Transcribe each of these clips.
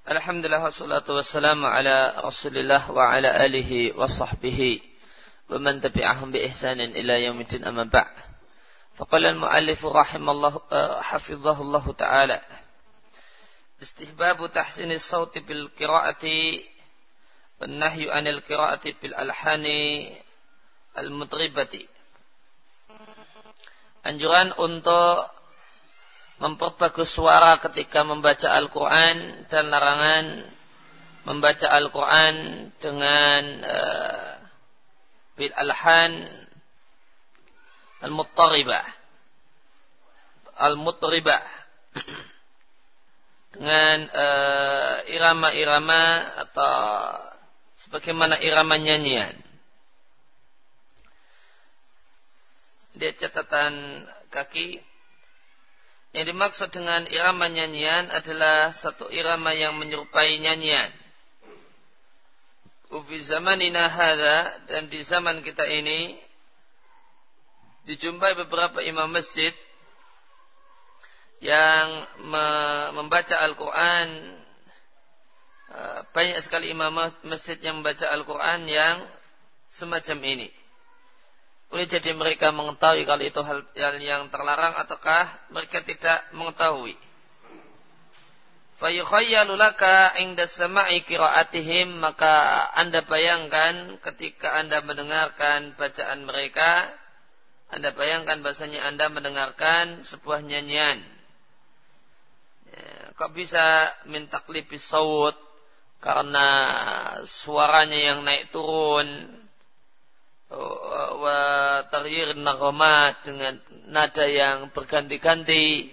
Alhamdulillah wassalatu wassalamu ala Rasulillah wa ala alihi wa sahbihi wa man tabi'ahum bi ihsanin ila yaumiddin amma ba'd. Faqala al-mu'allif rahimallahu hafizahullahu ta'ala. Istihbabu tahsini as-sawti bil qira'ati wan nahyu 'anil qira'ati bil alhani al-mutribati. Anjuran untuk memperbagus suara ketika membaca Al-Quran dan larangan membaca Al-Quran dengan bil alhan al-mutribah dengan irama-irama atau sebagaimana irama nyanyian. Di catatan kaki, yang dimaksud dengan irama nyanyian adalah satu irama yang menyerupai nyanyian. Fi zamanina hadza, dan di zaman kita ini dijumpai beberapa imam masjid yang membaca Al-Quran. Banyak sekali imam masjid yang membaca Al-Quran yang semacam ini. Boleh jadi mereka mengetahui kalau itu hal yang terlarang ataukah mereka tidak mengetahui. Fayukhayyalu laka 'inda sama'i qira'atihim, maka Anda bayangkan ketika Anda mendengarkan bacaan mereka, Anda bayangkan bahasanya Anda mendengarkan sebuah nyanyian. Kok bisa min taqlibis saut, karena suaranya yang naik turun, wa taghyir naghamat, dengan nada yang berganti-ganti,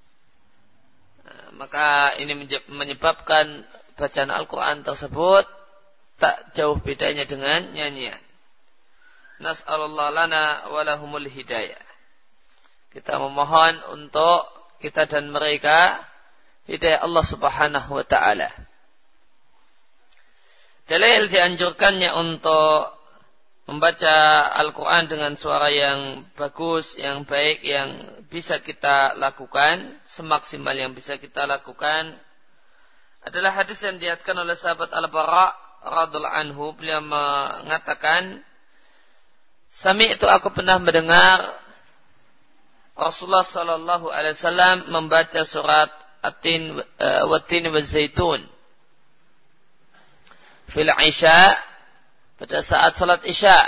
maka ini menyebabkan bacaan Al-Quran tersebut tak jauh bedanya dengan nyanyian. Nas'alullah lana wa lahumul hidayah. Kita memohon untuk kita dan mereka hidayah Allah Subhanahu wa ta'ala. Dalil dianjurkannya untuk membaca Al-Quran dengan suara yang bagus, yang baik, yang bisa kita lakukan, semaksimal yang bisa kita lakukan, adalah hadis yang diriwayatkan oleh sahabat Al-Bara' radhiyallahu anhu. Beliau mengatakan, sami'tu, aku pernah mendengar Rasulullah sallallahu alaihi wasallam membaca surat At-Tin wat-Tin waz-Zaitun fil Isya, pada saat salat Isya.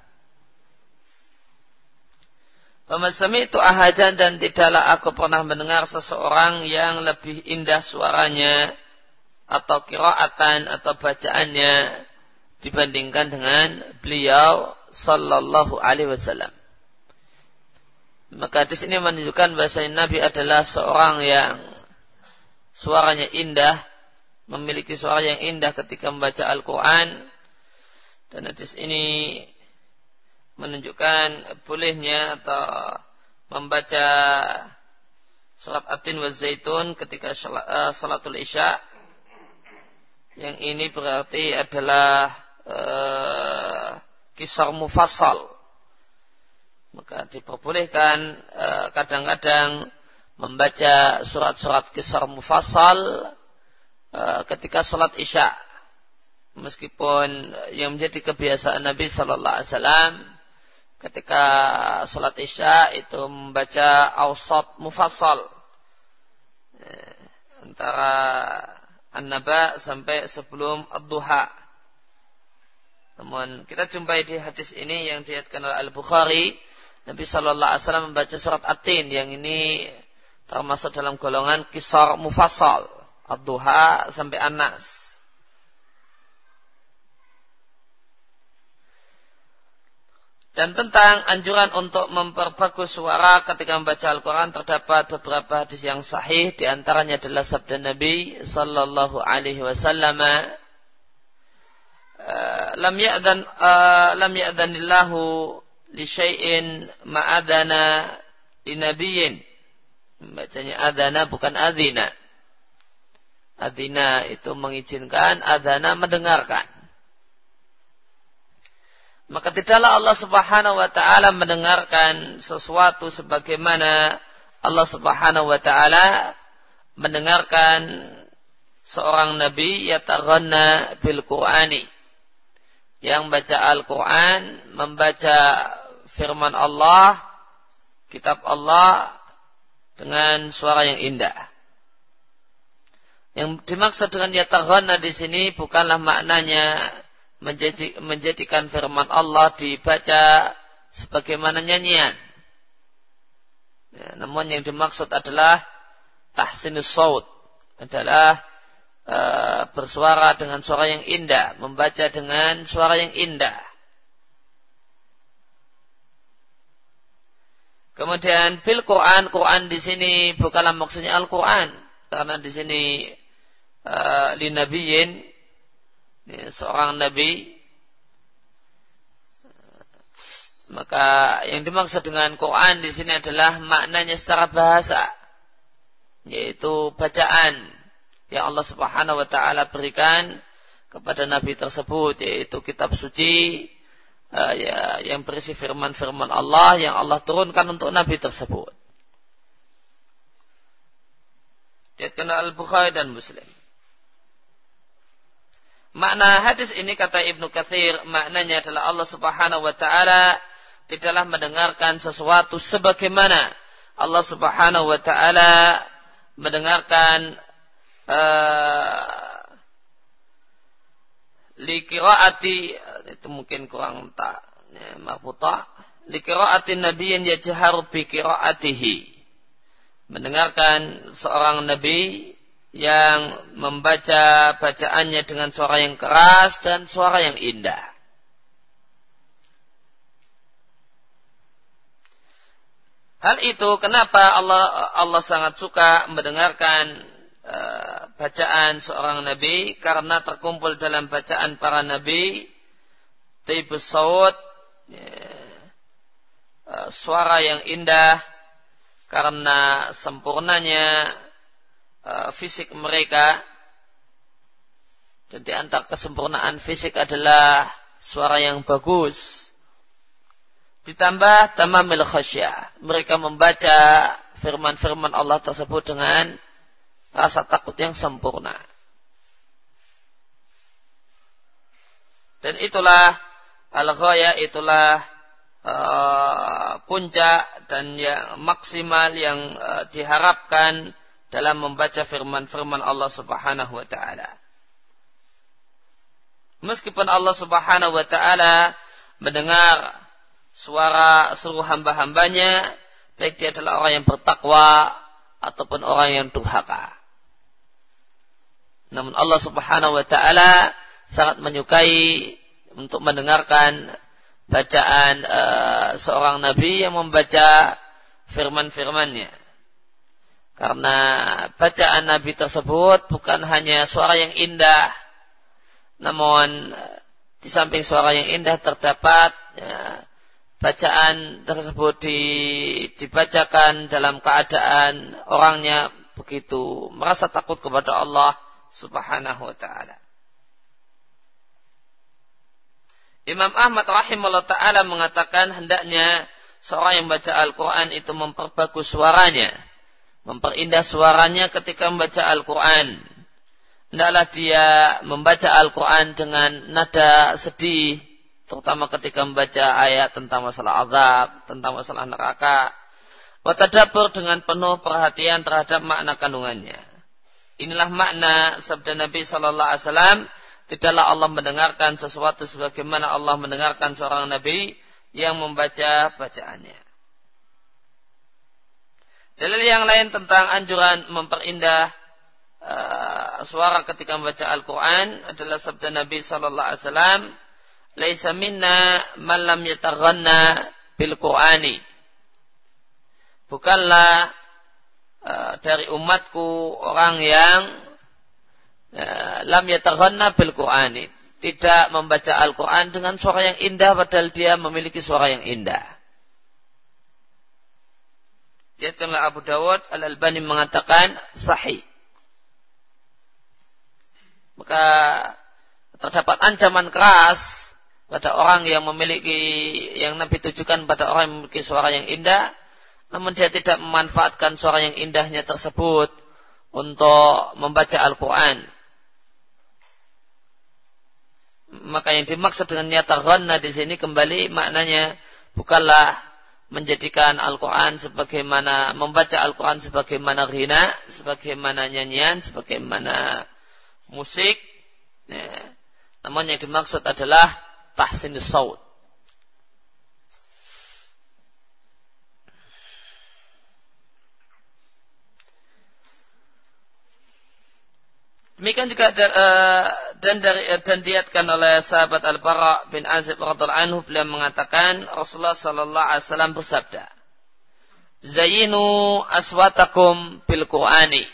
Famasami itu ahadan, dan tidaklah aku pernah mendengar seseorang yang lebih indah suaranya atau qiraatan atau bacaannya dibandingkan dengan beliau sallallahu alaihi wasallam. Maka di sini menunjukkan bahwa Nabi adalah seorang yang suaranya indah, memiliki suara yang indah ketika membaca Al-Quran. Dan hadis ini menunjukkan bolehnya atau membaca surat At-Tin wa Zaitun ketika salatul Isya. Yang ini berarti adalah kisar mufassal. Maka diperbolehkan kadang-kadang membaca surat-surat kisar mufassal ketika salat Isya. Meskipun yang menjadi kebiasaan Nabi Sallallahu Alaihi Wasallam ketika salat Isya itu membaca awsat mufassal, antara An-Naba sampai sebelum Ad-Duha. Namun kita jumpai di hadis ini yang diriwayatkan oleh Al-Bukhari, Nabi Sallallahu Alaihi Wasallam membaca surat At-Tin, yang ini termasuk dalam golongan kisar mufassal, Ad-Duha sampai An-Nas. Dan tentang anjuran untuk memperbagus suara ketika membaca Al-Quran, terdapat beberapa hadis yang sahih. Di antaranya adalah sabda Nabi Sallallahu Alaihi Wasallam, lam ya'danillahu li syai'in ma'adana li nabiyyin. Bacanya adana bukan adina. Adina itu mengizinkan, adana mendengarkan. Maka tidaklah Allah Subhanahu wa ta'ala mendengarkan sesuatu sebagaimana Allah Subhanahu wa ta'ala mendengarkan seorang nabi yataghanna bil Qur'ani, yang baca Al-Quran, membaca firman Allah, kitab Allah dengan suara yang indah. Yang dimaksud dengan yataghanna di sini bukanlah maknanya menjadikan firman Allah dibaca sebagaimana nyanyian. Ya, namun yang dimaksud adalah tahsinus saut, adalah bersuara dengan suara yang indah, membaca dengan suara yang indah. Kemudian bil Quran, Quran di sini bukanlah maksudnya Al-Quran, karena di sini linabiyin, seorang nabi. Maka yang dimaksud dengan Quran di sini adalah maknanya secara bahasa, yaitu bacaan yang Allah Subhanahu wa taala berikan kepada nabi tersebut, yaitu kitab suci yang berisi firman-firman Allah yang Allah turunkan untuk nabi tersebut. Diriwayatkan Al-Bukhari dan Muslim. Makna hadis ini, kata Ibnu Katsir, maknanya adalah Allah Subhanahu wa taala tidaklah mendengarkan sesuatu sebagaimana Allah Subhanahu wa taala mendengarkan liqiraati, itu mungkin kurang tak marfuta, liqiraati nabiyyin yajharu bi qiraatihi, mendengarkan seorang nabi yang membaca bacaannya dengan suara yang keras dan suara yang indah. Hal itu kenapa Allah sangat suka mendengarkan bacaan seorang nabi, karena terkumpul dalam bacaan para nabi taibus saut, suara yang indah, karena sempurnanya fisik mereka, dan di antara kesempurnaan fisik adalah suara yang bagus, ditambah tamamil khasyah, mereka membaca firman-firman Allah tersebut dengan rasa takut yang sempurna. Dan itulah al-ghaya, itulah puncak dan yang maksimal yang diharapkan dalam membaca firman-firman Allah Subhanahu wa taala. Meskipun Allah Subhanahu wa taala mendengar suara seluruh hamba-hambanya, baik dia adalah orang yang bertakwa ataupun orang yang durhaka. Namun Allah Subhanahu wa taala sangat menyukai untuk mendengarkan bacaan seorang nabi yang membaca firman-firmannya. Karena bacaan nabi tersebut bukan hanya suara yang indah, namun di samping suara yang indah terdapat bacaan tersebut dibacakan dalam keadaan orangnya begitu merasa takut kepada Allah Subhanahu wa ta'ala. Imam Ahmad rahimahullah ta'ala mengatakan hendaknya seorang yang membaca Al-Quran itu memperbagus suaranya, memperindah suaranya ketika membaca Al-Quran. Hendaklah dia membaca Al-Quran dengan nada sedih, terutama ketika membaca ayat tentang masalah azab, tentang masalah neraka. Wa tadabbur, dengan penuh perhatian terhadap makna kandungannya. Inilah makna sabda Nabi sallallahu alaihi wasallam, tidaklah Allah mendengarkan sesuatu sebagaimana Allah mendengarkan seorang nabi yang membaca bacaannya. Dalil yang lain tentang anjuran memperindah suara ketika membaca Al-Quran adalah sabda Nabi sallallahu alaihi wasallam, laisa minna man lam yataghanna bil Qur'ani. Bukanlah dari umatku orang yang lam yataghanna bil Qur'ani, tidak membaca Al-Quran dengan suara yang indah padahal dia memiliki suara yang indah. Diriwayatkanlah Abu Dawud, Al-Albani mengatakan sahih. Maka terdapat ancaman keras pada orang yang Nabi tujukan pada orang yang memiliki suara yang indah, namun dia tidak memanfaatkan suara yang indahnya tersebut untuk membaca Al-Quran. maka yang dimaksud dengan yataghanna di sini kembali maknanya bukanlah menjadikan Al-Quran sebagaimana membaca Al-Quran sebagaimana ghina, sebagaimana nyanyian, sebagaimana musik. Ya. Namun yang dimaksud adalah tahsinus saut. Demikian juga dan diatkan oleh sahabat Al-Bara bin Azib radhiyallahu anhu, beliau mengatakan Rasulullah sallallahu alaihi wasallam bersabda, "Zayyinu aswatakum bil Qur'ani."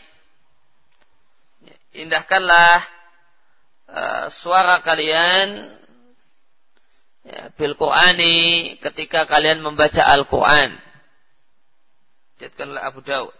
Indahkanlah suara kalian bil Qur'ani ketika kalian membaca Al-Qur'an. Diatkan oleh Abu Dawud.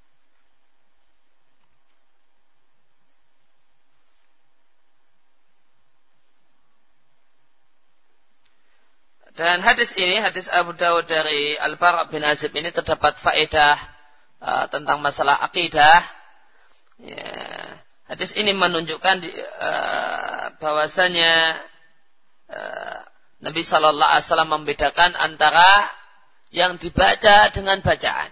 Dan hadis ini, hadis Abu Dawud dari Al-Bara bin Azib ini terdapat faedah tentang masalah akidah. Ya, hadis ini menunjukkan bahwasanya Nabi Sallallahu Alaihi Wasallam membedakan antara yang dibaca dengan bacaan.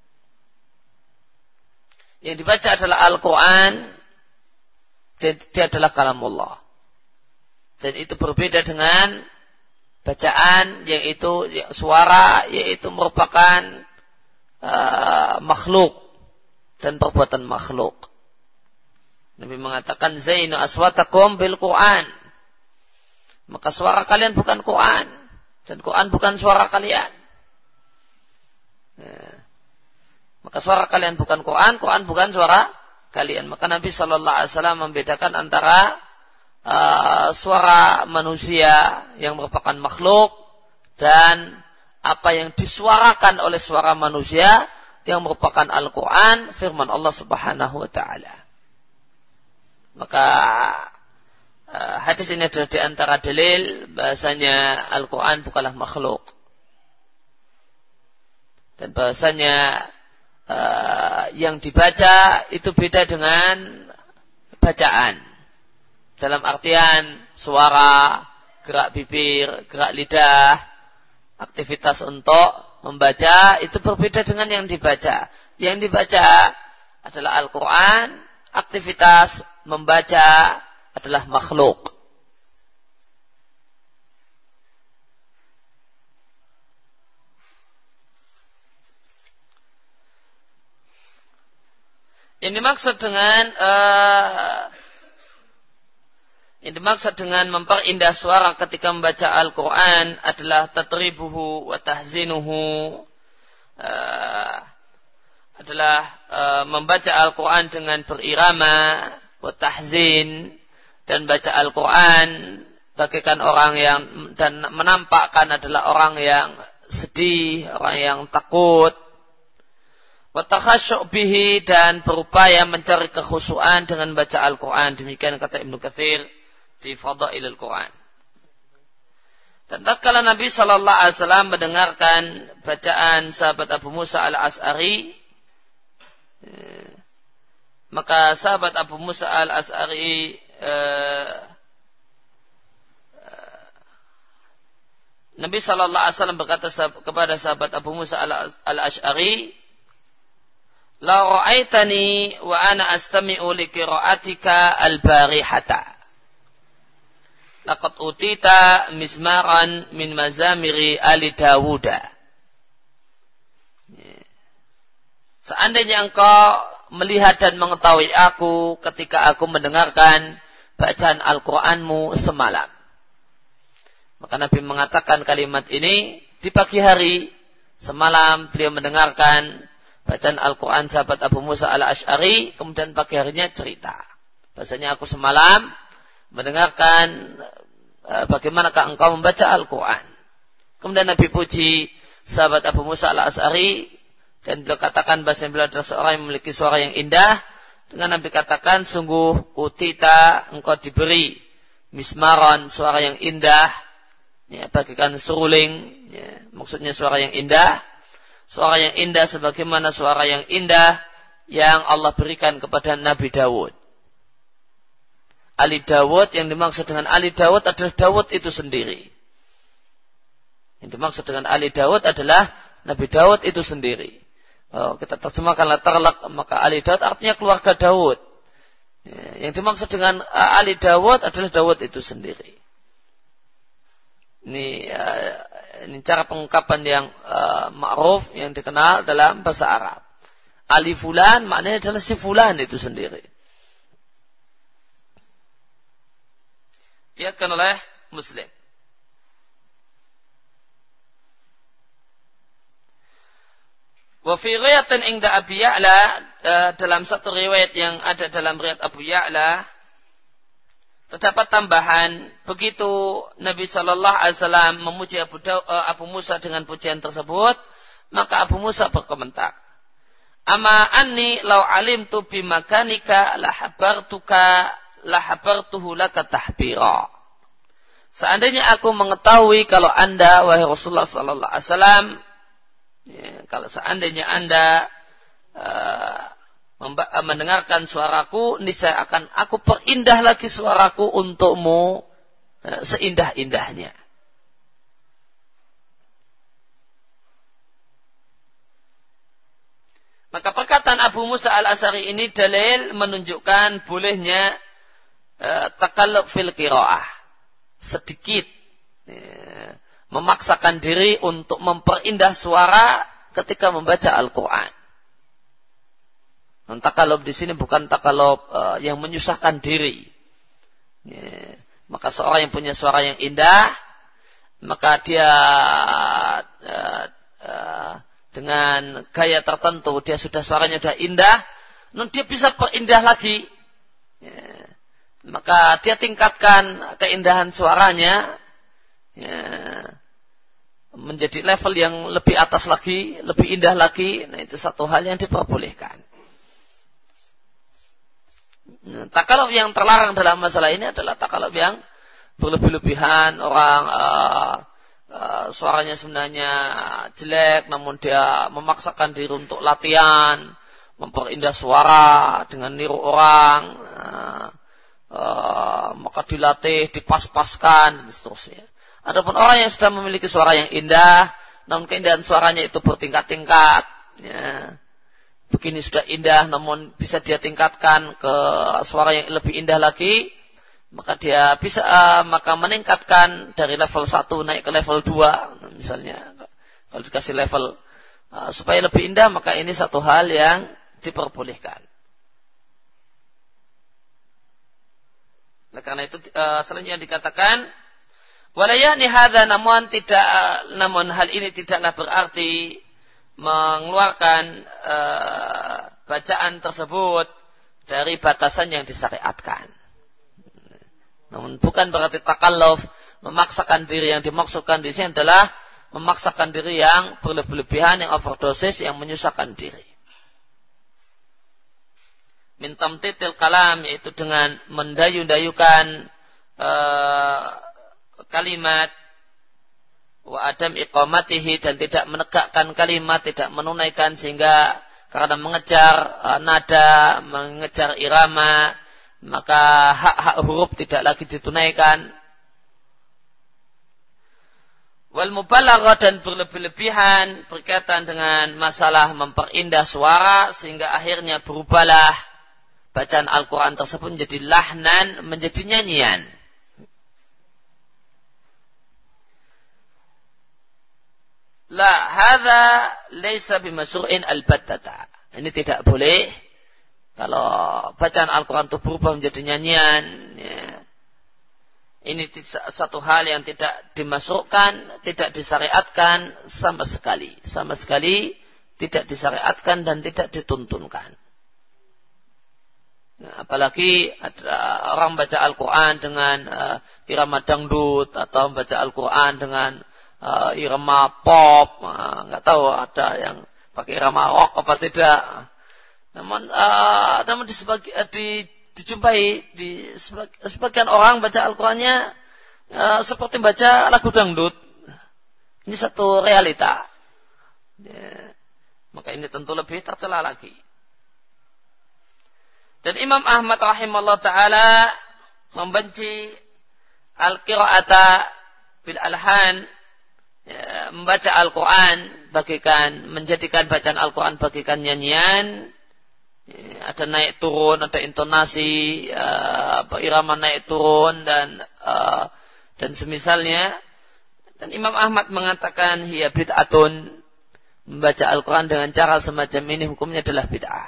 Yang dibaca adalah Al-Quran, dia adalah kalamullah. Dan itu berbeda dengan bacaan, yaitu suara, yaitu merupakan makhluk dan perbuatan makhluk. Nabi mengatakan zainu aswatakum bil Quran. Maka suara kalian bukan Quran dan Quran bukan suara kalian. Maka suara kalian bukan Quran, Quran bukan suara kalian. Maka Nabi Sallallahu Alaihi Wasallam membedakan antara suara manusia yang merupakan makhluk dan apa yang disuarakan oleh suara manusia yang merupakan Al-Quran, firman Allah Subhanahu wa Ta'ala. Maka hadis ini adalah di antara dalil bahasanya Al-Quran bukanlah makhluk, dan bahasanya yang dibaca itu beda dengan bacaan. Dalam artian suara, gerak bibir, gerak lidah, aktivitas untuk membaca itu berbeda dengan yang dibaca. Yang dibaca adalah Al-Quran, aktivitas membaca adalah makhluk. Yang dimaksud dengan memperindah suara ketika membaca Al-Quran adalah tatribuhu wa tahzinuhu, adalah membaca Al-Quran dengan berirama, wa tahzin, dan baca Al-Quran bagaikan orang yang, dan menampakkan adalah orang yang sedih, orang yang takut, wa takhasyu' bihi, dan berupaya mencari kekhusyuan dengan baca Al-Quran. Demikian kata Ibnu Katsir di Fadailul Quran. Dan tatkala Nabi Sallallahu Alaihi Wasallam mendengarkan bacaan sahabat Abu Musa al-Ash'ari, maka sahabat Abu Musa al-Ash'ari Nabi Sallallahu Alaihi Wasallam berkata kepada sahabat Abu Musa al-Ash'ari, "La ra'aitani wa ana astami'u li qira'atika al-barihata. Laqad utita mizmaran min mazamiri ali Dawuda." Seandainya engkau melihat dan mengetahui aku ketika aku mendengarkan bacaan Al-Quranmu semalam. Maka Nabi mengatakan kalimat ini di pagi hari. Semalam beliau mendengarkan bacaan Al-Quran sahabat Abu Musa al-Ash'ari, kemudian pagi harinya cerita bahasanya aku semalam mendengarkan bagaimanakah engkau membaca Al-Quran. Kemudian Nabi puji sahabat Abu Musa al-Ash'ari, dan beliau katakan bahasa beliau adalah seorang yang memiliki suara yang indah. Dengan Nabi katakan, sungguh utita, engkau diberi mismaron, suara yang indah, ya, bagaikan seruling, ya, maksudnya suara yang indah. Suara yang indah sebagaimana suara yang indah yang Allah berikan kepada Nabi Dawud. Ali Dawud, yang dimaksud dengan Ali Dawud adalah Dawud itu sendiri. Yang dimaksud dengan Ali Dawud adalah Nabi Dawud itu sendiri. Kita terjemahkan latarlak, maka Ali Dawud artinya keluarga Dawud. Yang dimaksud dengan Ali Dawud adalah Dawud itu sendiri. Ini cara pengungkapan yang ma'ruf, yang dikenal dalam bahasa Arab. Ali Fulan maknanya adalah si Fulan itu sendiri. Diriwayatkan oleh Muslim. Wa fi riwayatin inda Abi Ya'la, dalam satu riwayat yang ada dalam riwayat Abu Ya'la terdapat tambahan, begitu Nabi sallallahu alaihi wasallam memuji Abu Musa dengan pujian tersebut, maka Abu Musa berkomentar, "Ama anni law alimtu bimakanika la habartuhu laka tahbira." Seandainya aku mengetahui kalau Anda wahai Rasulullah sallallahu alaihi wasallam, kalau seandainya Anda mendengarkan suaraku, niscaya akan aku perindah lagi suaraku untukmu seindah-indahnya. Maka perkataan Abu Musa al-Asy'ari ini dalil menunjukkan bolehnya takallub fil qiraah, sedikit memaksakan diri untuk memperindah suara ketika membaca Al-Quran. Takalub di sini bukan takalub yang menyusahkan diri. Maka seorang yang punya suara yang indah, maka dia dengan gaya tertentu, dia suaranya sudah indah, namun dia bisa perindah lagi. Maka dia tingkatkan keindahan suaranya menjadi level yang lebih atas lagi, lebih indah lagi. Nah, itu satu hal yang diperbolehkan. Takalub yang terlarang dalam masalah ini adalah takalub yang berlebih-lebihan. Orang suaranya sebenarnya jelek, namun dia memaksakan diri untuk latihan, memperindah suara dengan niru orang, maka dilatih, dipas-paskan, dan seterusnya. Adapun orang yang sudah memiliki suara yang indah, namun keindahan suaranya itu bertingkat-tingkat, begini sudah indah, namun bisa dia tingkatkan ke suara yang lebih indah lagi, maka dia bisa maka meningkatkan dari level 1 naik ke level 2, misalnya. Kalau dikasih level supaya lebih indah, maka ini satu hal yang diperbolehkan. Nah, karena itu selanjutnya dikatakan walayani hadza, namun hal ini tidaklah berarti mengeluarkan bacaan tersebut dari batasan yang disyariatkan. Namun bukan berarti takalluf, memaksakan diri. Yang dimaksudkan di sini adalah memaksakan diri yang berlebihan, yang overdosis, yang menyusahkan diri. Min tamtitil kalam, yaitu dengan mendayu-dayukan kalimat, wa adam iqamatihi, dan tidak menegakkan kalimat, tidak menunaikan, sehingga karena mengejar nada, mengejar irama, maka hak-hak huruf tidak lagi ditunaikan. Wal mubalaghah, dan berlebih-lebihan berkaitan dengan masalah memperindah suara, sehingga akhirnya berubahlah bacaan Al-Quran tersebut menjadi lahnan, menjadi nyanyian. La hadza laisa bimasru'in albattata. Ini tidak boleh. Kalau bacaan Al-Quran itu berubah menjadi nyanyian, ya. Ini satu hal yang tidak dimasukkan, tidak disyariatkan sama sekali. Sama sekali tidak disyariatkan dan tidak dituntunkan. Nah, apalagi ada orang baca Al-Quran dengan irama dangdut, atau baca Al-Quran dengan irama pop, nggak tahu ada yang pakai irama rock apa tidak. Namun dijumpai di sebagian orang baca Al-Qurannya seperti baca lagu dangdut. Ini satu realita. Ya, maka ini tentu lebih tercela lagi. Dan Imam Ahmad rahimahullah ta'ala membenci al-qira'ata bil alhan, membaca Al-Quran menjadikan bacaan Al-Quran bagikan nyanyian, ada naik turun, ada intonasi, irama naik turun dan semisalnya. Dan Imam Ahmad mengatakan hiya bid'atun, membaca Al-Quran dengan cara semacam ini hukumnya adalah bid'ah.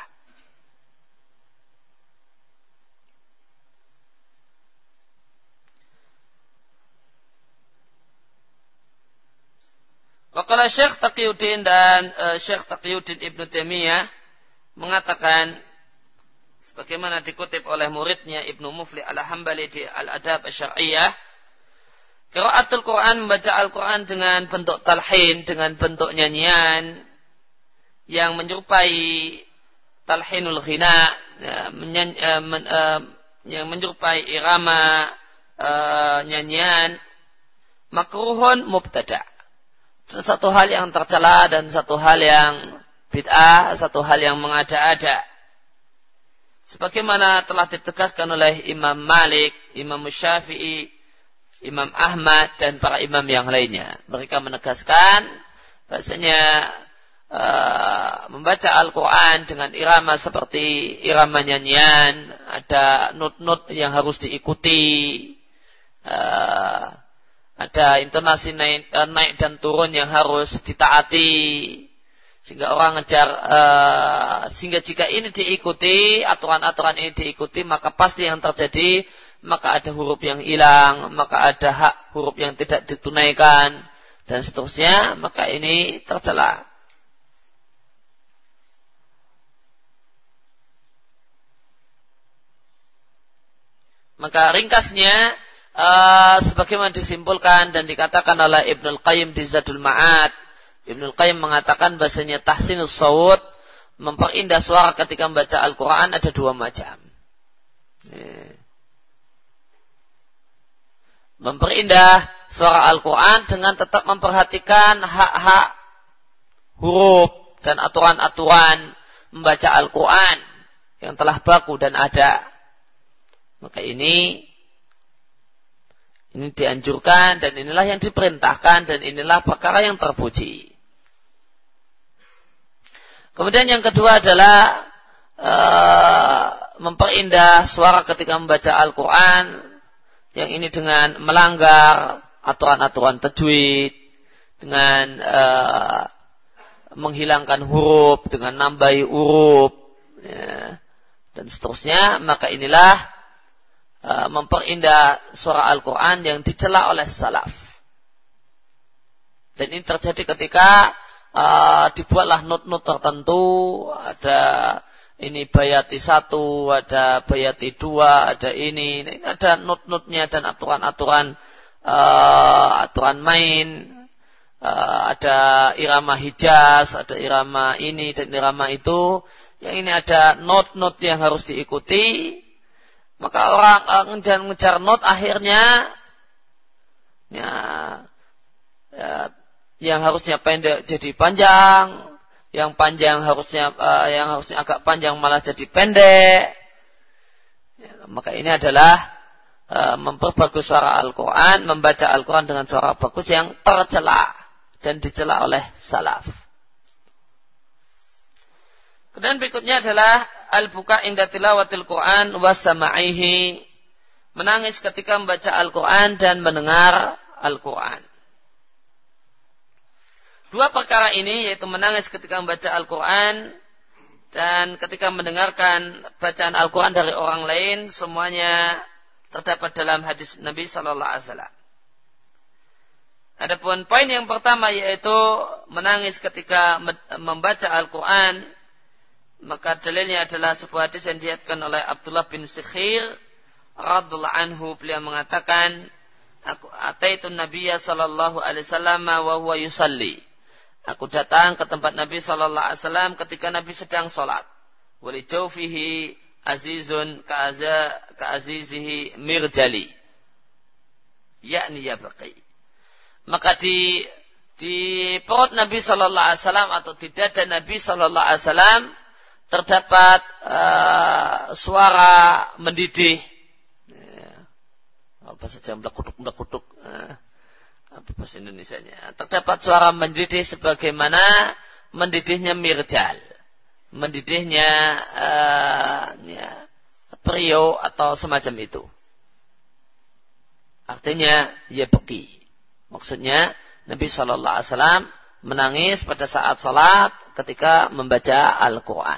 Wakala Syekh Taqiyuddin dan Syekh Taqiyuddin Ibnu Taimiyah mengatakan, sebagaimana dikutip oleh muridnya Ibnu Muflih Al-Hambali di Al-Adab Asy-Syar'iyyah, qiraatul Quran, membaca Al-Quran dengan bentuk talhin, dengan bentuk nyanyian yang menyerupai talhinul ghina, yang menyerupai irama nyanyian, makruhun mubtada'. Satu hal yang tercela dan satu hal yang bid'ah, satu hal yang mengada-ada. Sebagaimana telah ditegaskan oleh Imam Malik, Imam Syafi'i, Imam Ahmad dan para imam yang lainnya. Mereka menegaskan bahasanya membaca Al-Quran dengan irama seperti irama nyanyian, ada nut-nut yang harus diikuti, ada intonasi naik dan turun yang harus ditaati, sehingga orang sehingga jika ini diikuti, aturan-aturan ini diikuti, maka pasti yang terjadi, maka ada huruf yang hilang, maka ada hak huruf yang tidak ditunaikan dan seterusnya, maka ini tercela. Maka ringkasnya, sebagaimana disimpulkan dan dikatakan oleh Ibnul Qayyim di Zadul Ma'ad, Ibnul Qayyim mengatakan bahasanya tahsinus shawt, memperindah suara ketika membaca Al-Quran, ada dua macam. Memperindah suara Al-Quran dengan tetap memperhatikan hak-hak huruf dan aturan-aturan membaca Al-Quran yang telah baku dan ada. Maka ini dianjurkan dan inilah yang diperintahkan dan inilah perkara yang terpuji. Kemudian yang kedua adalah memperindah suara ketika membaca Al-Quran, yang ini dengan melanggar aturan-aturan tajwid, dengan menghilangkan huruf, dengan nambahi huruf, ya, dan seterusnya. Maka inilah memperindah suara Al-Quran yang dicela oleh salaf. Dan ini terjadi ketika dibuatlah not-not tertentu, ada ini bayati 1, ada bayati 2, ada ini ada not-notnya dan aturan-aturan aturan main, ada irama Hijaz, ada irama ini dan irama itu, yang ini ada not-not yang harus diikuti. Maka orang ngejar not akhirnya yang harusnya pendek jadi panjang, yang panjang harusnya agak panjang malah jadi pendek. Maka ini adalah memperbagus suara Al-Quran, membaca Al-Quran dengan suara bagus yang tercela dan dicela oleh salaf. Kemudian berikutnya adalah al-buka inda tilawatil Quran wa sama'ihi, menangis ketika membaca Al-Quran dan mendengar Al-Quran. Dua perkara ini, yaitu menangis ketika membaca Al-Quran dan ketika mendengarkan bacaan Al-Quran dari orang lain, semuanya terdapat dalam hadis Nabi Sallallahu Alaihi Wasallam. Adapun poin yang pertama, yaitu menangis ketika membaca Al-Quran, maka dalilnya adalah sebuah hadis yang diriwayatkan oleh Abdullah bin Sikhir radhiyallahu anhu. Beliau mengatakan, aku ataitun Nabiyya sallallahu alaihi wasallam wa huwa yusalli. Aku datang ke tempat Nabi sallallahu alaihi wasallam ketika Nabi sedang salat. Wa li jawfihi azizun ka'azizihi mirjali. Yakni yabqi. Maka di perut Nabi sallallahu alaihi wasallam atau di dada Nabi sallallahu alaihi wasallam terdapat suara mendidih, bahasa Jawa melekuduk. Apa bahasa Indonesianya? Terdapat suara mendidih sebagaimana mendidihnya mirjal, mendidihnya periuk atau semacam itu. Artinya ya beki. Maksudnya Nabi Shallallahu Alaihi Wasallam menangis pada saat salat ketika membaca Al-Quran.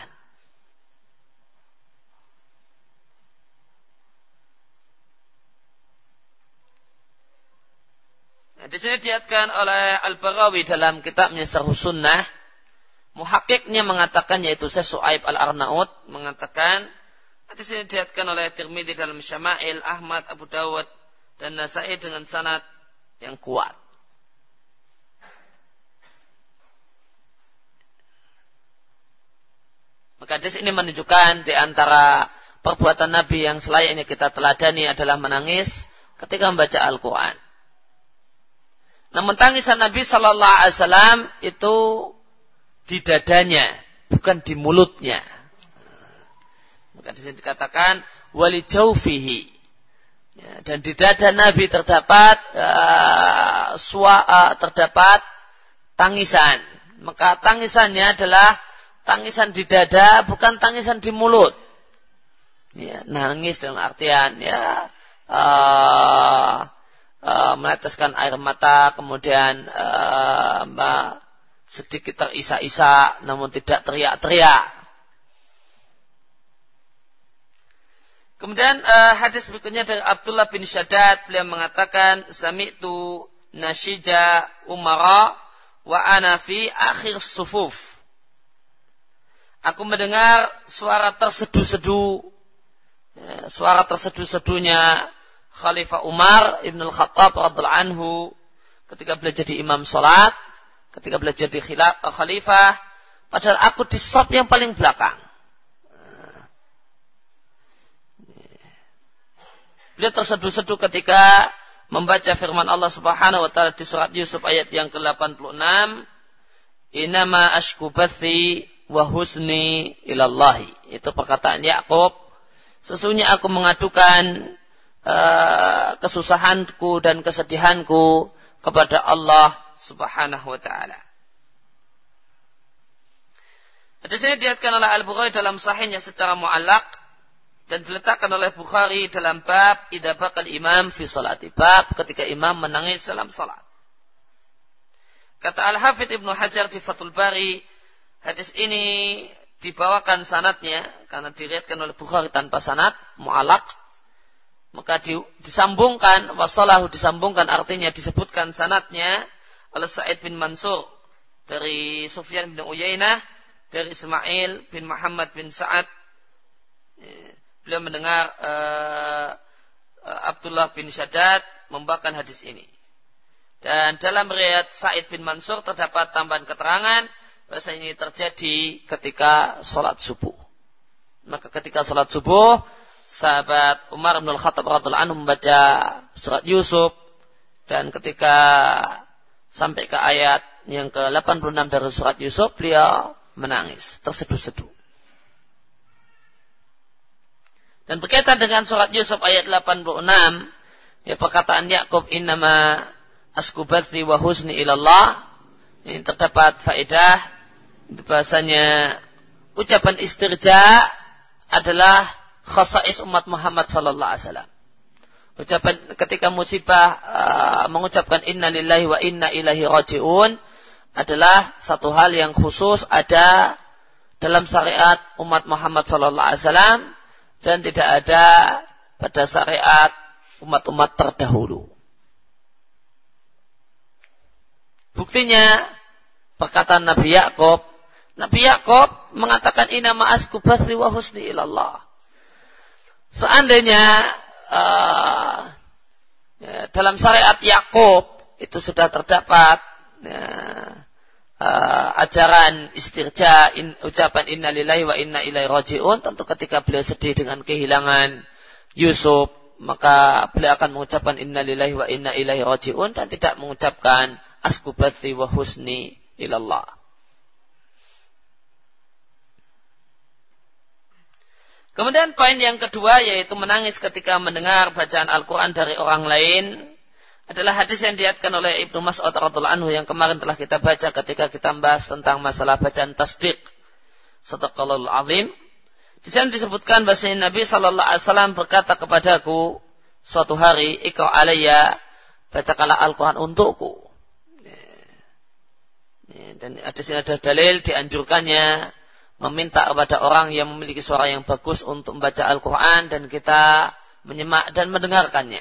Nah, di sini diatkan oleh Al-Baghawi dalam kitabnya Syarh Sunnah. Muhakkiknya mengatakan, yaitu Syekh Su'aib Al-Arnaud mengatakan, di sini diatkan oleh Tirmidzi dalam Syama'il, Ahmad, Abu Dawud dan Nasa'i dengan sanad yang kuat. Maka hadis ini menunjukkan di antara perbuatan Nabi yang selayaknya kita teladani adalah menangis ketika membaca Al-Quran. Namun tangisan Nabi Sallallahu Alaihi Wasallam itu di dadanya, bukan di mulutnya. Maka di sini dikatakan wali jaufihi. Ya, dan di dada Nabi terdapat terdapat tangisan. Maka tangisannya adalah tangisan di dada, bukan tangisan di mulut. Ya, nangis dalam artian meneteskan air mata, kemudian sedikit terisak-isak, namun tidak teriak-teriak. Kemudian hadis berikutnya dari Abdullah bin Shaddad, beliau mengatakan, Sami'tu nasyija Umara wa ana fi akhir sufuf. Aku mendengar suara terseduh-seduh, suara terseduh-seduhnya Khalifah Umar Ibn Al-Khattab radhiallahu anhu ketika beliau jadi imam salat, ketika beliau jadi khalifah, padahal aku di shaf yang paling belakang. Beliau terseduh-seduh ketika membaca firman Allah Subhanahu wa taala di surat Yusuf ayat yang ke-86, "Innama ashku bathi wa husni ilallahi." Itu perkataan Yakub, sesungguhnya aku mengadukan kesusahanku dan kesedihanku kepada Allah Subhanahu wa taala. Di sini diatkan oleh Al-Bukhari dalam sahihnya secara mu'allaq dan diletakkan oleh Bukhari dalam bab idza baqal imam fi salati, bab ketika imam menangis dalam salat. Kata Al-Hafidz Ibnu Hajar di Fathul Bari, hadis ini dibawakan sanadnya karena diriwayatkan oleh Bukhari tanpa sanad, mu'allaq, maka disambungkan, wasalahu disambungkan, artinya disebutkan sanadnya oleh Sa'id bin Mansur dari Sufyan bin Uyainah dari Ismail bin Muhammad bin Sa'ad. Beliau mendengar Abdullah bin Shaddad membawakan hadis ini. Dan dalam riwayat Sa'id bin Mansur terdapat tambahan keterangan bahwa ini terjadi ketika sholat subuh. Maka ketika sholat subuh, sahabat Umar bin Al-Khattab radhiallahu anhu membaca surat Yusuf, dan ketika sampai ke ayat yang ke-86 dari surat Yusuf, beliau menangis, terseduh-seduh. Dan berkaitan dengan surat Yusuf ayat 86, ya perkataan Yakub, innama askubathi wa husni ilallah, ini terdapat faedah, itu bahasanya ucapan istirja adalah khasais umat Muhammad sallallahu alaihi wasallam. Ucapan ketika musibah mengucapkan inna lillahi wa inna ilaihi raji'un adalah satu hal yang khusus ada dalam syariat umat Muhammad sallallahu alaihi wasallam dan tidak ada pada syariat umat-umat terdahulu. Buktinya perkataan Nabi Yakub mengatakan inna ma'asku bathi wa husni ilallah. Seandainya dalam syariat Yakub itu sudah terdapat ajaran istirja, ucapan inna lillahi wa inna ilaihi raji'un, tentu ketika beliau sedih dengan kehilangan Yusuf, maka beliau akan mengucapkan inna lillahi wa inna ilaihi raji'un dan tidak mengucapkan askubathi wa husni ilallah. Kemudian poin yang kedua yaitu menangis ketika mendengar bacaan Al-Quran dari orang lain adalah hadis yang diriwayatkan oleh Ibnu Mas'ud radhiyallahu anhu yang kemarin telah kita baca ketika kita membahas tentang masalah bacaan tasdiq. Shadaqallahul azim. Di sana disebutkan bahwasanya Nabi sallallahu alaihi wasallam berkata kepadaku suatu hari, "Iqra alayya, bacakanlah Al-Quran untukku." Dan di sini ada dalil dianjurkannya meminta kepada orang yang memiliki suara yang bagus untuk membaca Al-Quran dan kita menyimak dan mendengarkannya.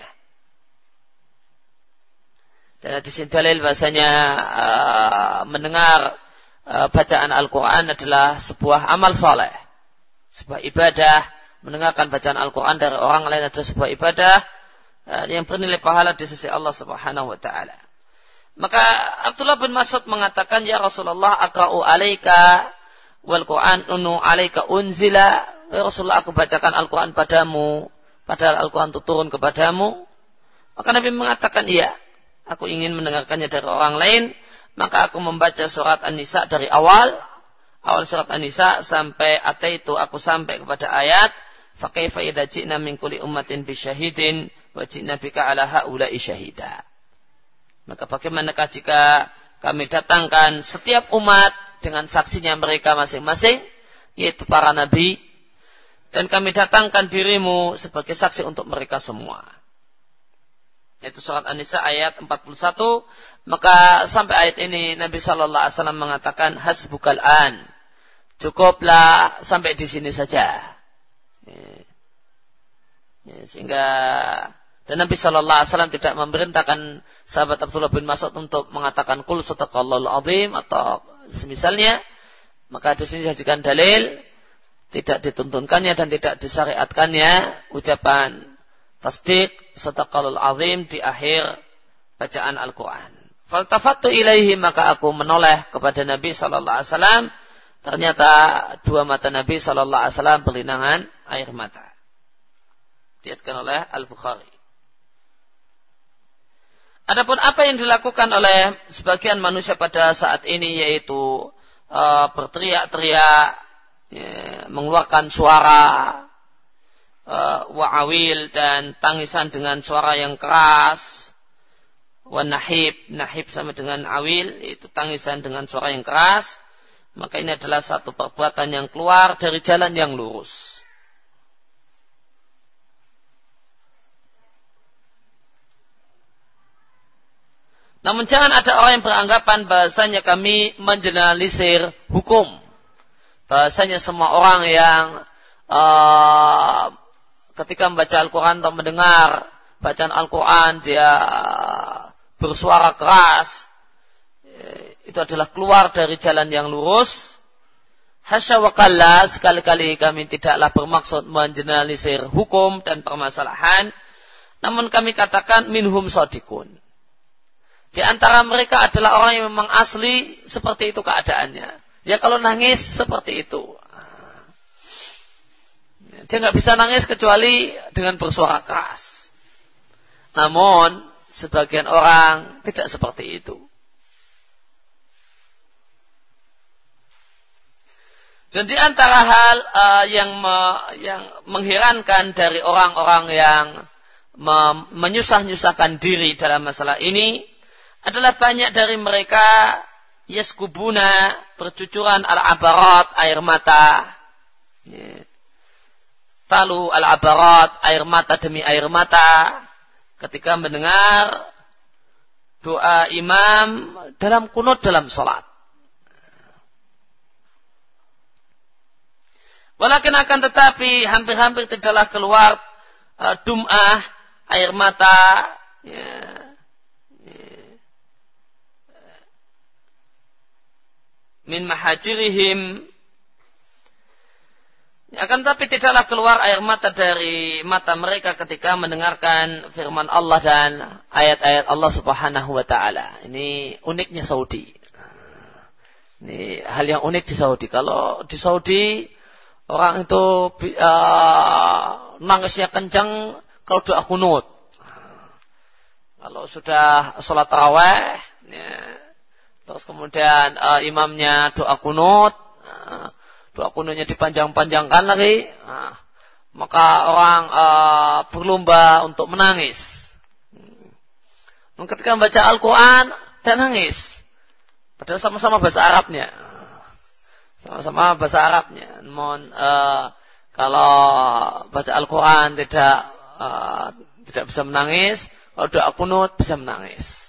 Dan di sini dalil bahasanya mendengar bacaan Al-Quran adalah sebuah amal soleh, sebuah ibadah. Mendengarkan bacaan Al-Quran dari orang lain adalah sebuah ibadah yang bernilai pahala di sisi Allah Subhanahu wa Ta'ala. Maka Abdullah bin Mas'ud mengatakan, "Ya Rasulullah, aqra'u alaika wal Quran unu alaika unzila." Ya Rasulullah, aku bacakan Al-Quran padamu padahal Al-Quran itu turun kepadamu. Maka Nabi mengatakan, "Iya, aku ingin mendengarkannya dari orang lain." Maka aku membaca surat An-Nisa dari awal surat An-Nisa sampai ataitu, aku sampai kepada ayat fa kaifa idza ji'na min kulli ummatin bisyahidin wa ji'na bika ala haula'i syahida. Maka bagaimanakah jika kami datangkan setiap umat dengan saksinya mereka masing-masing, yaitu para nabi, dan kami datangkan dirimu sebagai saksi untuk mereka semua. Yaitu surat An-Nisa ayat 41. Maka sampai ayat ini Nabi sallallahu alaihi wasallam mengatakan, "Hasbukal an." Cukuplah sampai di sini saja. Sehingga dan Nabi sallallahu alaihi wasallam tidak memerintahkan sahabat Abdullah bin Mas'ud untuk mengatakan qul sadaqallahul azim atau semisalnya. Maka di sini dijadikan dalil tidak dituntunkannya dan tidak disyariatkannya ucapan tasdiq sadaqallahul azim di akhir bacaan Al-Quran. Faltafattu ilaihi, maka aku menoleh kepada Nabi sallallahu alaihi wasallam. Ternyata dua mata Nabi sallallahu alaihi wasallam berlinangan air mata. Diriwayatkan oleh Al-Bukhari. Adapun apa yang dilakukan oleh sebagian manusia pada saat ini yaitu berteriak-teriak, mengeluarkan suara wa'awil dan tangisan dengan suara yang keras, wa nahib sama dengan awil, itu tangisan dengan suara yang keras, maka ini adalah satu perbuatan yang keluar dari jalan yang lurus. Namun jangan ada orang yang beranggapan bahasanya kami mengeneralisir hukum. Bahasanya semua orang yang ketika membaca Al-Quran atau mendengar bacaan Al-Quran dia bersuara keras, itu adalah keluar dari jalan yang lurus. Hasya wa kalla, sekali-kali kami tidaklah bermaksud mengeneralisir hukum dan permasalahan. Namun kami katakan minhum shadiqun. Di antara mereka adalah orang yang memang asli seperti itu keadaannya. Ya kalau nangis seperti itu. Dia nggak bisa nangis kecuali dengan bersuara keras. Namun sebagian orang tidak seperti itu. Dan di antara hal yang mengherankan dari orang-orang yang menyusah-nyusahkan diri dalam masalah ini adalah banyak dari mereka yaskubuna, bercucuran al-abarat, air mata. Talu al-abarat, air mata demi air mata ketika mendengar doa imam dalam kunut dalam salat. Walakin akan tetapi hampir-hampir tidaklah keluar dum'ah, air mata, min mahajirihim, akan tapi tidaklah keluar air mata dari mata mereka ketika mendengarkan firman Allah dan ayat-ayat Allah Subhanahu wa Ta'ala. Ini uniknya Saudi. Ini hal yang unik di Saudi. Kalau di Saudi orang itu nangisnya kencang kalau doa kunut. Kalau sudah sholat tarawih, terus kemudian imamnya doa kunut, doa kunutnya dipanjang-panjangkan lagi. maka orang berlomba untuk menangis. Ketika membaca Al-Quran dan nangis, padahal sama-sama bahasa Arabnya, Namun kalau baca Al-Quran tidak bisa menangis, kalau doa kunut bisa menangis.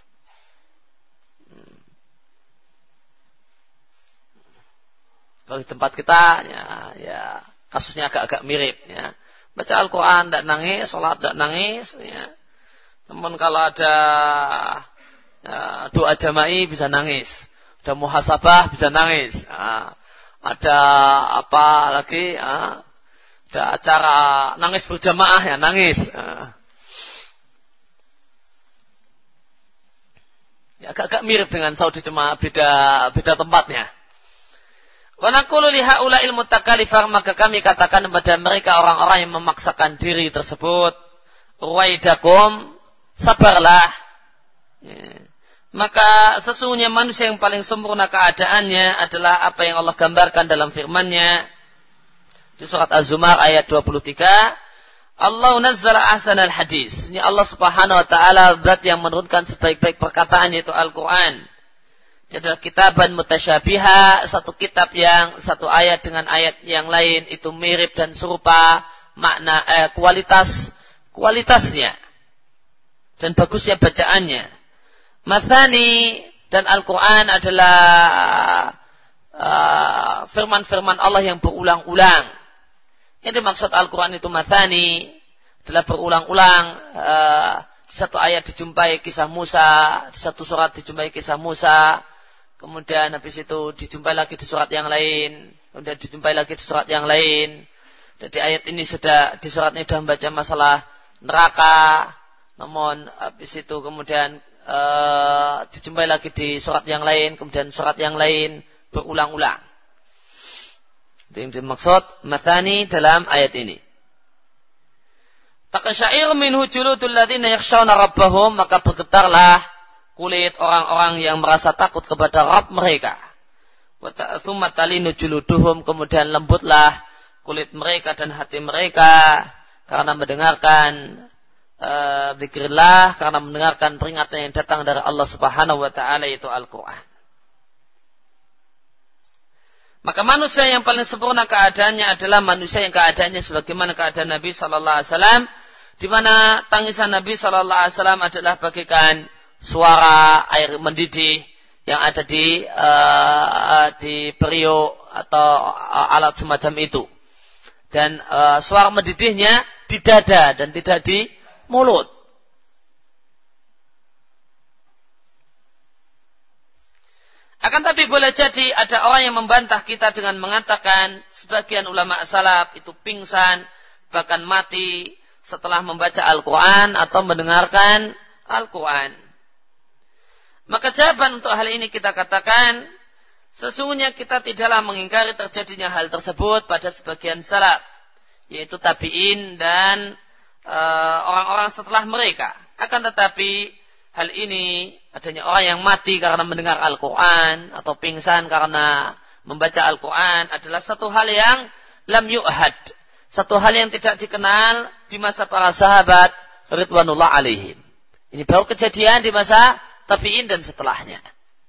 Kalau di tempat kita, ya kasusnya agak-agak mirip. Ya. Baca Al-Quran tidak nangis, sholat tidak nangis. Ya. Namun kalau ada doa jama'i bisa nangis, ada muhasabah bisa nangis. Ada apa lagi? Ada acara nangis berjamaah ya nangis. Ya, agak-agak mirip dengan Saudi, cuma beda tempatnya. Wa naqulu li haula'il mutakalifah, maka kami katakan kepada mereka orang-orang yang memaksakan diri tersebut, ruwaidakum, sabarlah. Ya. Maka sesungguhnya manusia yang paling sempurna keadaannya adalah apa yang Allah gambarkan dalam firman-Nya di surat Az-Zumar ayat 23. Allah nazzala ahsanal hadis. Ini Allah Subhanahu wa taala zat yang menurunkan sebaik-baik perkataan, yaitu Al-Quran. Dia adalah kitaban mutasyabiha, satu kitab yang satu ayat dengan ayat yang lain itu mirip dan serupa makna kualitasnya dan bagusnya bacaannya. Mathani, dan Al-Quran adalah firman-firman Allah yang berulang-ulang. Yang dimaksud Al-Quran itu mathani adalah berulang-ulang. Di satu ayat dijumpai kisah Musa, di satu surat dijumpai kisah Musa, kemudian habis itu dijumpai lagi di surat yang lain, kemudian dijumpai lagi di surat yang lain. Jadi ayat ini di suratnya sudah membaca masalah neraka, namun habis itu kemudian dijumpai lagi di surat yang lain, kemudian surat yang lain berulang-ulang. Itu yang dimaksud mathani dalam ayat ini. Taqsyair minhu juludul ladzina yakhshawna rabbahum, maka bergetarlah kulit orang-orang yang merasa takut kepada Rabb mereka. Wa thumma talinu juluduhum, kemudian lembutlah kulit mereka dan hati mereka karena mendengarkan zikrillah, karena mendengarkan peringatan yang datang dari Allah Subhanahu wa taala, yaitu Al-Qur'an. Maka manusia yang paling sempurna keadaannya adalah manusia yang keadaannya sebagaimana keadaan Nabi sallallahu alaihi wasallam, di mana tangisan Nabi sallallahu alaihi wasallam adalah bagaikan suara air mendidih yang ada di periuk atau alat semacam itu. Dan suara mendidihnya di dada dan tidak di mulut. Akan tapi boleh jadi ada orang yang membantah kita dengan mengatakan sebagian ulama salaf itu pingsan, bahkan mati setelah membaca Al-Quran atau mendengarkan Al-Quran. Maka jawaban untuk hal ini kita katakan, sesungguhnya kita tidaklah mengingkari terjadinya hal tersebut pada sebagian salaf, yaitu tabi'in dan orang-orang setelah mereka. Akan tetapi hal ini, adanya orang yang mati karena mendengar Al-Quran atau pingsan karena membaca Al-Quran, adalah satu hal yang lam yu'had, satu hal yang tidak dikenal di masa para sahabat ridwanullah alaihim. Ini baru kejadian di masa tabi'in dan setelahnya.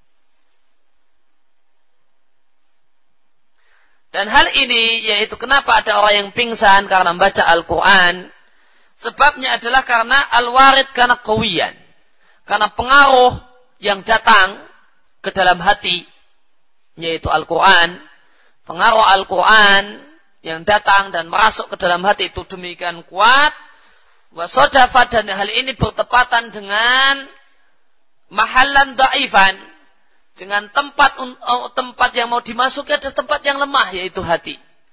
Dan hal ini, yaitu kenapa ada orang yang pingsan karena membaca Al-Quran, sebabnya adalah karena al-warid, karena qawiyan, karena pengaruh yang datang ke dalam hati, yaitu Al-Quran. Pengaruh Al-Quran yang datang dan masuk ke dalam hati itu demikian kuat. Wasodafat, dan hal ini bertepatan dengan mahallan da'ifan, dengan tempat yang mau dimasuki ada tempat yang lemah, yaitu hati.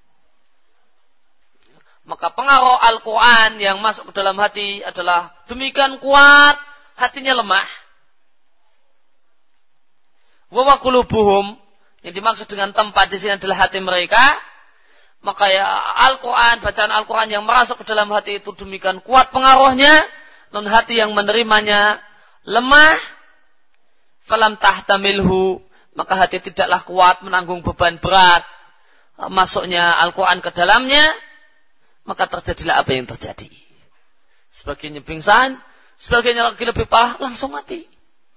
Maka pengaruh Al-Quran yang masuk ke dalam hati adalah demikian kuat, hatinya lemah. Wa qulubuhum, yang dimaksud dengan tempat di sini adalah hati mereka. Maka ya Al-Quran, bacaan Al-Quran yang masuk ke dalam hati itu demikian kuat pengaruhnya, non hati yang menerimanya lemah. Falam tahtamilhu, maka hati tidaklah kuat menanggung beban berat masuknya Al-Quran ke dalamnya. maka terjadilah apa yang terjadi. Sebagiannya pingsan, sebagiannya lagi lebih parah, langsung mati.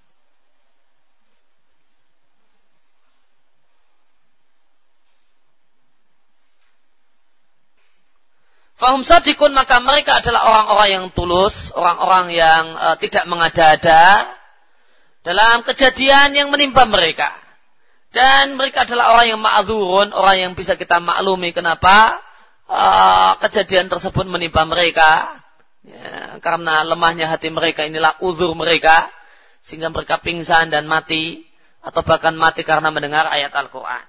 Fahum sadikun, maka mereka adalah orang-orang yang tulus, orang-orang yang tidak mengada-ada dalam kejadian yang menimpa mereka. Dan mereka adalah orang yang ma'adzurun, orang yang bisa kita maklumi kenapa kejadian tersebut menimpa mereka. Ya, karena lemahnya hati mereka, inilah uzur mereka, sehingga mereka pingsan dan mati, atau bahkan mati karena mendengar ayat Al-Quran.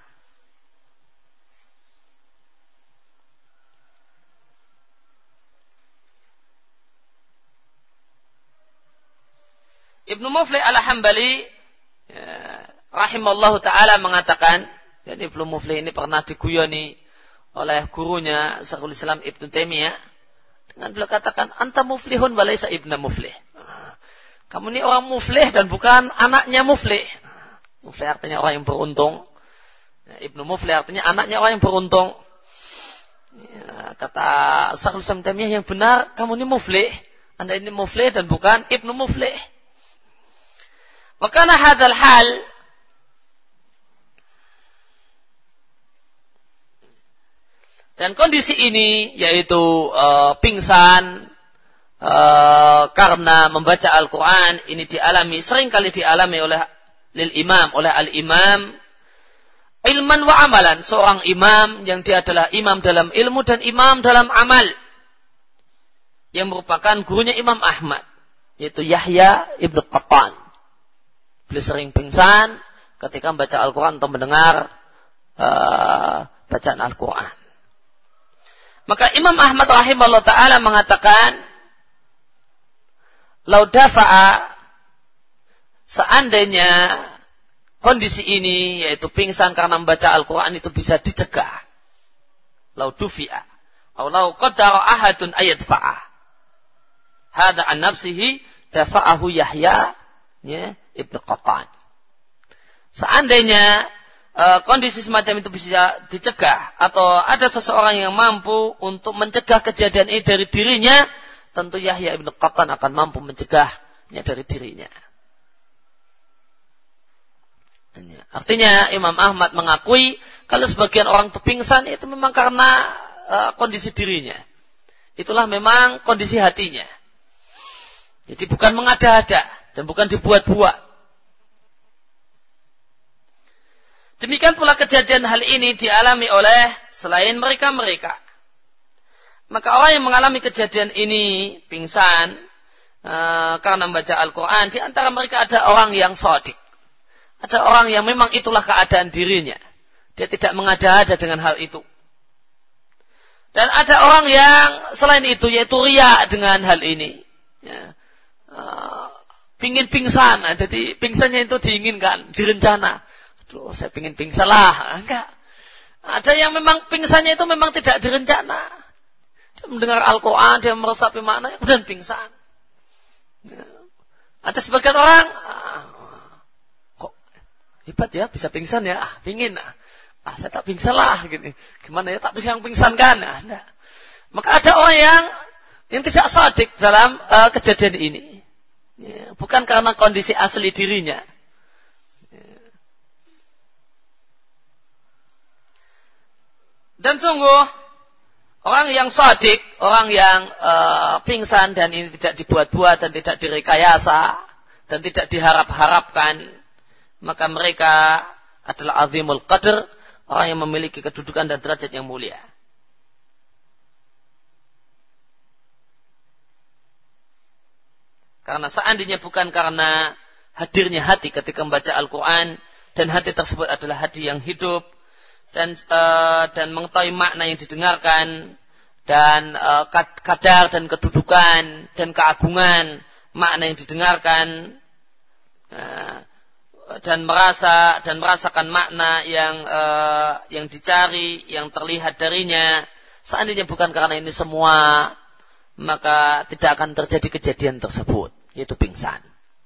Ibnu Muflih al-Hambali rahimallahu ta'ala mengatakan, dan Ibnu Muflih ini pernah diguyoni oleh gurunya Syekhul Islam Ibnu Taimiyah dengan beliau katakan, anta muflihun walaysa ibna muflih. Kamu ini orang muflih dan bukan anaknya muflih. Muflih artinya orang yang beruntung. Ibnu Muflih artinya anaknya orang yang beruntung. Ya, kata Syekhul Islam Taimiyah, yang benar kamu ini muflih. Anda ini muflih dan bukan ibnu muflih. Wakana hadal hal, dan kondisi ini yaitu pingsan karena membaca Al-Quran, ini seringkali dialami oleh al-imam ilman wa amalan, seorang imam yang dia adalah imam dalam ilmu dan imam dalam amal, yang merupakan gurunya Imam Ahmad, yaitu Yahya ibn Qattan. Beliau sering pingsan ketika membaca Al-Quran atau mendengar bacaan Al-Quran. Maka Imam Ahmad rahimahullah ta'ala mengatakan, lau dafa'a, seandainya kondisi ini, yaitu pingsan karena membaca Al-Quran, itu bisa dicegah. Lau dufi'a, atau lau qaddara ahadun ayat fa'ah. Hada an nafsihi dafa'ahu Yahya, ya, Ibnu Qattan. Seandainya kondisi semacam itu bisa dicegah, atau ada seseorang yang mampu untuk mencegah kejadian ini dari dirinya, tentu Yahya Ibnu Qattan akan mampu mencegahnya dari dirinya. Artinya Imam Ahmad mengakui kalau sebagian orang pingsan itu memang karena kondisi dirinya. Itulah memang kondisi hatinya. Jadi bukan mengada-ada dan bukan dibuat-buat. Demikian pula kejadian hal ini dialami oleh selain mereka-mereka. Maka orang yang mengalami kejadian ini, pingsan karena membaca Al-Quran, di antara mereka ada orang yang shadiq. Ada orang yang memang itulah keadaan dirinya. Dia tidak mengada-ada dengan hal itu. Dan ada orang yang selain itu, yaitu riya dengan hal ini. Ya. Pingin pingsan, jadi pingsannya itu diinginkan, direncana. Aduh, saya pingin pingsan lah. Enggak. Ada yang memang pingsannya itu memang tidak direncana. Dia mendengar Al-Quran, dia meresapi makna, kemudian pingsan. Ya. Ada sebagian orang, kok hebat ya, bisa pingsan ya, pingin. Saya tak pingsan lah. Gini. Gimana ya, tak bisa pingsan kan. Enggak. Maka ada orang yang tidak shadiq dalam kejadian ini. Ya, bukan karena kondisi asli dirinya. Dan sungguh orang yang shadiq, orang yang pingsan dan ini tidak dibuat-buat dan tidak direkayasa dan tidak diharap-harapkan, maka mereka adalah azimul qadr, orang yang memiliki kedudukan dan derajat yang mulia. Karena seandainya bukan karena hadirnya hati ketika membaca Al-Quran, dan hati tersebut adalah hati yang hidup, dan mengetahui makna yang didengarkan, dan kadar dan kedudukan dan keagungan makna yang didengarkan, dan merasakan makna yang dicari, yang terlihat darinya. Seandainya bukan karena ini semua, maka tidak akan terjadi kejadian tersebut, yaitu pingsan.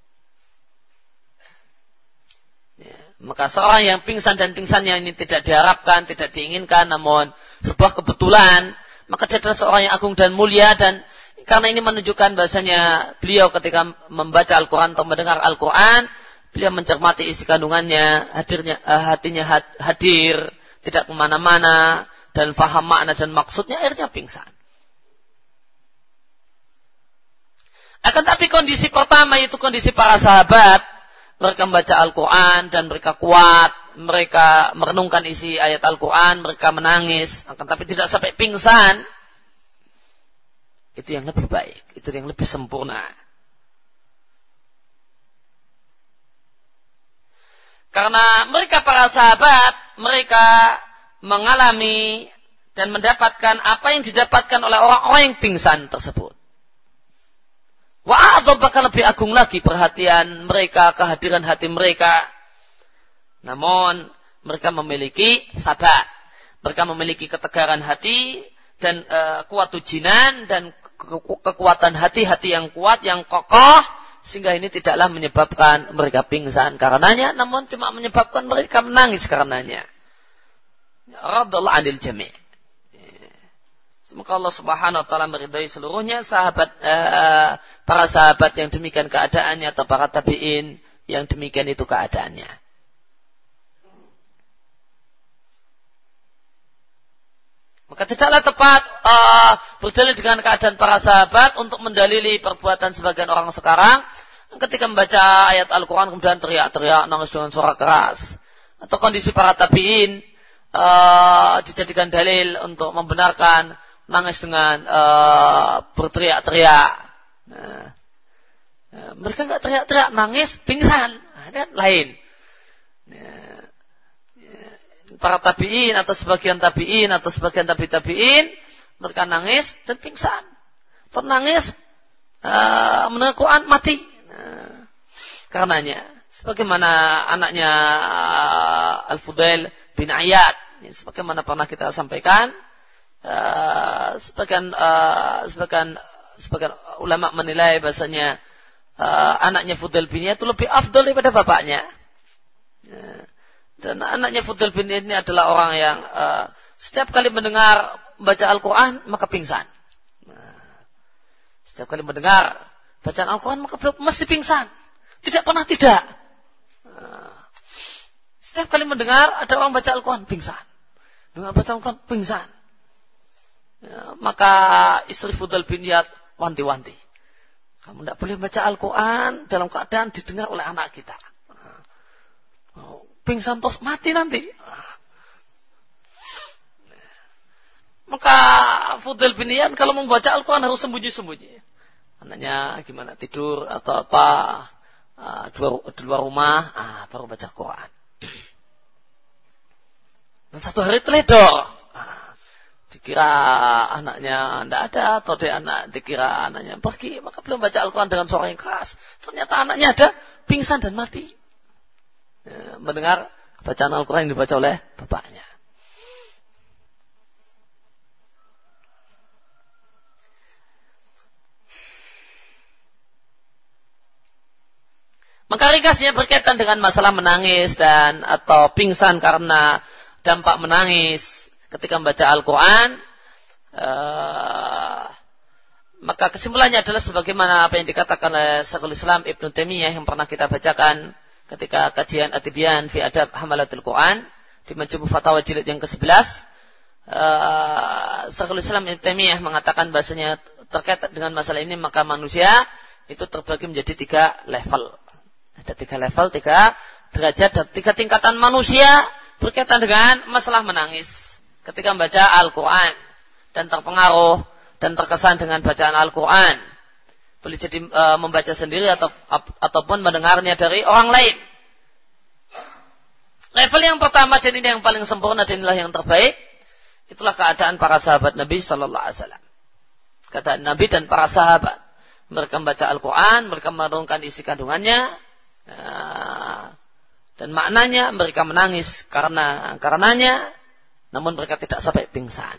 Maka seorang yang pingsan dan pingsannya ini tidak diharapkan, tidak diinginkan, namun sebuah kebetulan, maka dia adalah seorang yang agung dan mulia. Dan karena ini menunjukkan bahasanya beliau ketika membaca Al-Quran atau mendengar Al-Quran, beliau mencermati isi kandungannya, hatinya hadir, tidak kemana-mana, dan faham makna dan maksudnya, akhirnya pingsan. Akan tapi kondisi pertama itu kondisi para sahabat, mereka membaca Al-Quran dan mereka kuat, mereka merenungkan isi ayat Al-Quran, mereka menangis, akan tapi tidak sampai pingsan. Itu yang lebih baik, itu yang lebih sempurna. Karena mereka para sahabat, mereka mengalami dan mendapatkan apa yang didapatkan oleh orang-orang yang pingsan tersebut. Wa'adzab, bahkan lebih agung lagi perhatian mereka, kehadiran hati mereka. Namun mereka memiliki sabar, mereka memiliki ketegaran hati dan kuat jinan dan kekuatan hati-hati yang kuat, yang kokoh, sehingga ini tidaklah menyebabkan mereka pingsan karenanya, namun cuma menyebabkan mereka menangis karenanya. Radallahu anil jami'. Semoga Allah Subhanahu wa taala meridai seluruhnya para sahabat yang demikian keadaannya atau para tabi'in yang demikian itu keadaannya. Maka tidaklah tepat berdalil dengan keadaan para sahabat untuk mendalili perbuatan sebagian orang sekarang ketika membaca ayat Al-Quran kemudian teriak-teriak, nangis dengan suara keras. Atau kondisi para tabi'in dijadikan dalil untuk membenarkan nangis dengan berteriak-teriak. Mereka nggak teriak-teriak, nangis, pingsan, kan lain. Para tabi'in atau sebagian tabi'in atau sebagian tabi'in mereka nangis dan pingsan. Nangis mendengar Quran mati. Karenanya sebagaimana anaknya Al-Fudail bin Iyad, sebagaimana pernah kita sampaikan, sebagian ulama menilai bahasanya anaknya Fudail bin Iyad itu lebih afdal daripada bapaknya. Dan anaknya Fudail bin Iyad ini adalah orang yang setiap kali mendengar baca Al-Quran maka pingsan. Setiap kali mendengar bacaan Al-Quran maka beliau mesti pingsan. Tidak pernah tidak. Setiap kali mendengar ada orang baca Al-Quran pingsan. Dengar baca Al-Quran pingsan. Maka istri Fudail bin Iyad wanti-wanti. Kamu tidak boleh baca Al-Quran dalam keadaan didengar oleh anak kita. Pingsan terus mati nanti. Maka Fudail bin Iyad kalau membaca Al-Quran harus sembunyi-sembunyi. Anaknya gimana tidur atau apa di luar rumah, baru baca Quran. Dan satu hari teledor. Dikira anaknya tidak ada atau dikira anaknya pergi, maka belum baca Al-Quran dengan suara yang keras. Ternyata anaknya ada, pingsan dan mati. Mendengar bacaan Al-Quran yang dibaca oleh bapaknya. Maka ringkasnya berkaitan dengan masalah menangis dan atau pingsan karena dampak menangis ketika membaca Al-Quran, maka kesimpulannya adalah sebagaimana apa yang dikatakan oleh Syekhul Islam Ibnu Taimiyah yang pernah kita bacakan ketika kajian At-Tibyan fi Adab Hamalatul Quran di Majmu' Fatawa jilid yang ke-11. Syekhul Islam Ibnu Taimiyah mengatakan bahasanya terkait dengan masalah ini maka manusia itu terbagi menjadi 3 level. Ada 3 level, 3 derajat dan 3 tingkatan manusia berkaitan dengan masalah menangis ketika membaca Al-Quran dan terpengaruh dan terkesan dengan bacaan Al-Quran. Boleh jadi membaca sendiri ataupun mendengarnya dari orang lain. Level yang pertama dan ini yang paling sempurna dan inilah yang terbaik, itulah keadaan para sahabat Nabi Sallallahu Alaihi Wasallam. Keadaan Nabi dan para sahabat, mereka membaca Al-Quran, mereka merenungkan isi kandungannya dan maknanya, mereka menangis karenanya, namun mereka tidak sampai pingsan.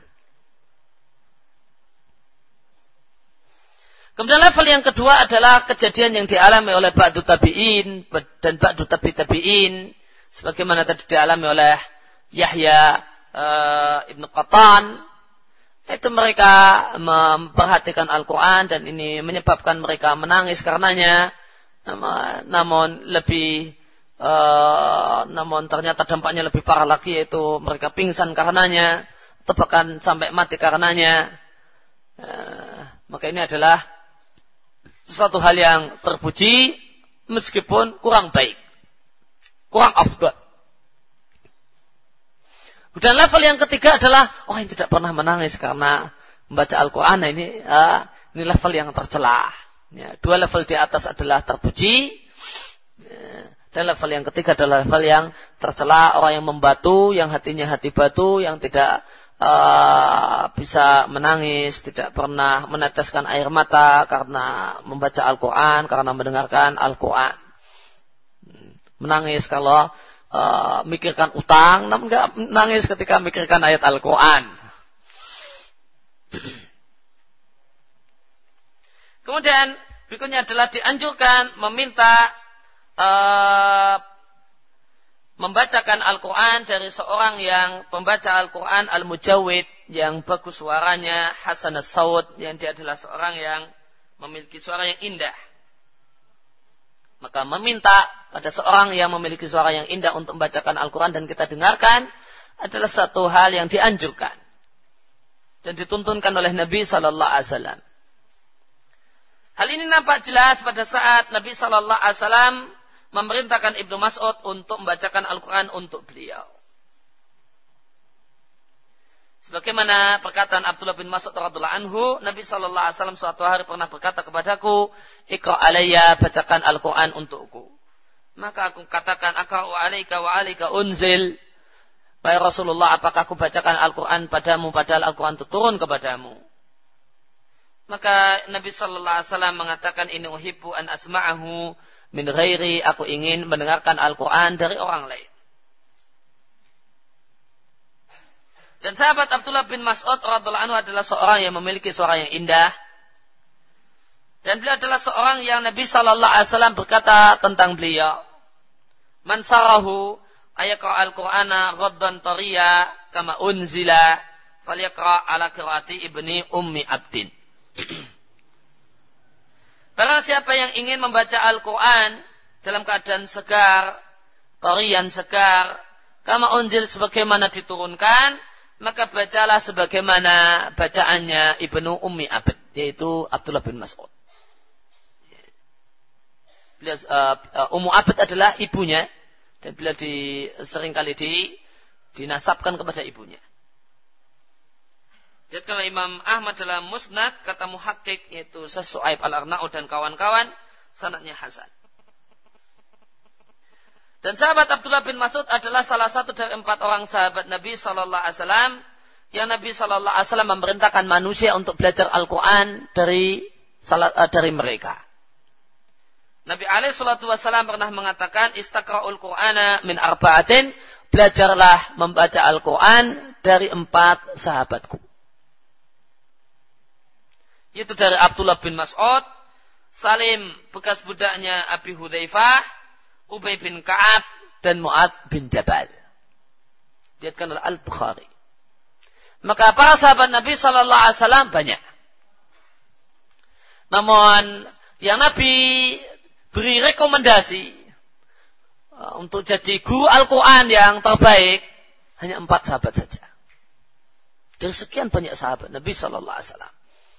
Kemudian level yang kedua adalah kejadian yang dialami oleh ba'du tabi'in dan ba'du tabi'in sebagaimana tadi dialami oleh Yahya Ibn Qattan itu mereka memperhatikan Al-Quran dan ini menyebabkan mereka menangis karenanya. Namun ternyata dampaknya lebih parah lagi, yaitu mereka pingsan karenanya atau bahkan sampai mati karenanya. Maka ini adalah sesuatu hal yang terpuji meskipun kurang baik, kurang afdal. Dan level yang ketiga adalah yang tidak pernah menangis karena membaca Al-Quran. Ini level yang tercela. Ya, 2 level di atas adalah terpuji, dan level yang ketiga adalah level yang tercela, orang yang membatu, yang hatinya hati batu, yang tidak bisa menangis, tidak pernah meneteskan air mata karena membaca Al-Quran, karena mendengarkan Al-Quran. Menangis kalau mikirkan utang, namun enggak menangis ketika mikirkan ayat Al-Quran. Kemudian berikutnya adalah dianjurkan meminta membacakan Al-Quran dari seorang yang pembaca Al-Quran al-mujawid, yang bagus suaranya, hasan as-saut, yang dia adalah seorang yang memiliki suara yang indah. Maka meminta pada seorang yang memiliki suara yang indah untuk membacakan Al-Quran dan kita dengarkan adalah satu hal yang dianjurkan dan dituntunkan oleh Nabi Sallallahu Alaihi Wasallam. Hal ini nampak jelas pada saat Nabi Sallallahu Alaihi Wasallam memerintahkan Ibnu Mas'ud untuk membacakan Al-Quran untuk beliau. Sebagaimana perkataan Abdullah bin Mas'ud radhiyallahu anhu, Nabi sallallahu alaihi wasallam suatu hari pernah berkata kepadaku, "Iqra alayya, bacakan Al-Qur'an untukku." Maka aku katakan, "Aqra'u alayka wa alayka unzil." Wahai Rasulullah, apakah aku bacakan Al-Qur'an padamu padahal Al-Qur'an itu turun kepadamu? Maka Nabi sallallahu alaihi wasallam mengatakan, "Inni uhibbu an asma'ahu min ghairi." Aku ingin mendengarkan Al-Qur'an dari orang lain. Dan sahabat Abdullah bin Mas'ud radhiyallahu anhu adalah seorang yang memiliki suara yang indah. Dan beliau adalah seorang yang Nabi sallallahu alaihi wasallam berkata tentang beliau, "Man sarahu ayaqra al-Qur'ana ghaddan tariya kama unzila, falyaqra ala qiraati ibni ummi abdin." Barang siapa yang ingin membaca Al-Qur'an dalam keadaan segar, tarian segar, kama unzil sebagaimana diturunkan, maka bacalah sebagaimana bacaannya Ibnu Ummi Abd, yaitu Abdullah bin Mas'ud. Ummu Abd adalah ibunya, dan beliau seringkali dinasabkan kepada ibunya. Jadi kalau Imam Ahmad dalam Musnad, kata muhakkik, yaitu Su'aib al-Arnaud dan kawan-kawan, sanadnya hasan. Dan sahabat Abdullah bin Mas'ud adalah salah satu dari 4 orang sahabat Nabi Sallallahu Alaihi Wasallam yang Nabi Sallallahu Alaihi Wasallam memerintahkan manusia untuk belajar Al-Quran dari mereka. Nabi Alaihi Wasallam pernah mengatakan, "Istaqra'ul Qur'ana min arba'atin." Belajarlah membaca Al-Quran dari 4 sahabatku. Yaitu dari Abdullah bin Mas'ud, Salim bekas budaknya Abi Hudzaifah, Ubay bin Ka'ab, dan Mu'ad bin Jabal. Diriwayatkan oleh Al-Bukhari. Maka para sahabat Nabi sallallahu alaihi wasallam banyak. Namun yang Nabi beri rekomendasi untuk jadi guru Al-Quran yang terbaik hanya 4 sahabat saja. Dari sekian banyak sahabat Nabi sallallahu alaihi wasallam.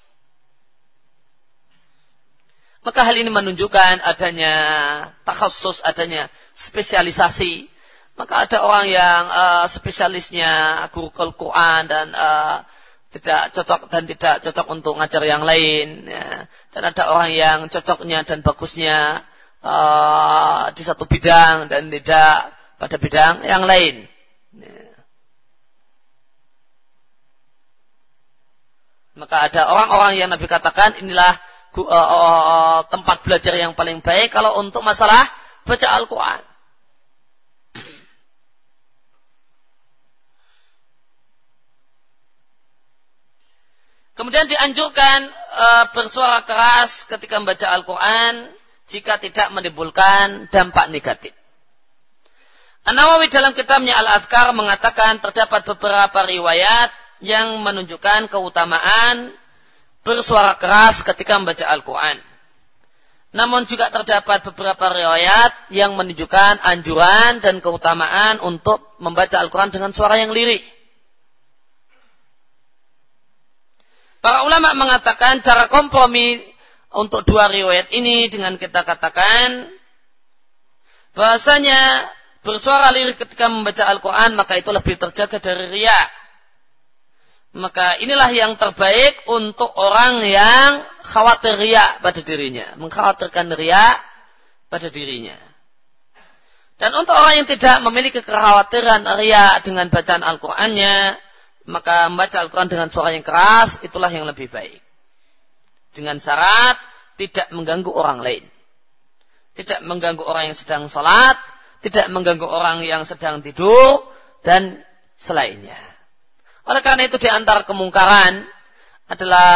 Maka hal ini menunjukkan adanya takhassus, adanya spesialisasi. Maka ada orang yang spesialisnya guru Al-Quran dan tidak cocok untuk ngajar yang lain. Ya. Dan ada orang yang cocoknya dan bagusnya di satu bidang dan tidak pada bidang yang lain. Ya. Maka ada orang-orang yang Nabi katakan inilah tempat belajar yang paling baik kalau untuk masalah baca Al-Quran. Kemudian dianjurkan bersuara keras ketika membaca Al-Quran jika tidak menimbulkan dampak negatif. An-Nawawi dalam kitabnya Al-Adhkar mengatakan terdapat beberapa riwayat yang menunjukkan keutamaan bersuara keras ketika membaca Al-Quran. Namun juga terdapat beberapa riwayat yang menunjukkan anjuran dan keutamaan untuk membaca Al-Quran dengan suara yang lirih. Para ulama mengatakan cara kompromi untuk dua riwayat ini dengan kita katakan bahasanya bersuara lirih ketika membaca Al-Quran maka itu lebih terjaga dari riya. Maka inilah yang terbaik untuk orang yang khawatir riya pada dirinya, mengkhawatirkan riya pada dirinya. Dan untuk orang yang tidak memiliki kekhawatiran riya dengan bacaan Al-Qurannya, maka membaca Al-Quran dengan suara yang keras itulah yang lebih baik. Dengan syarat tidak mengganggu orang lain. Tidak mengganggu orang yang sedang sholat, tidak mengganggu orang yang sedang tidur, dan selainnya. Oleh karena itu di antara kemungkaran adalah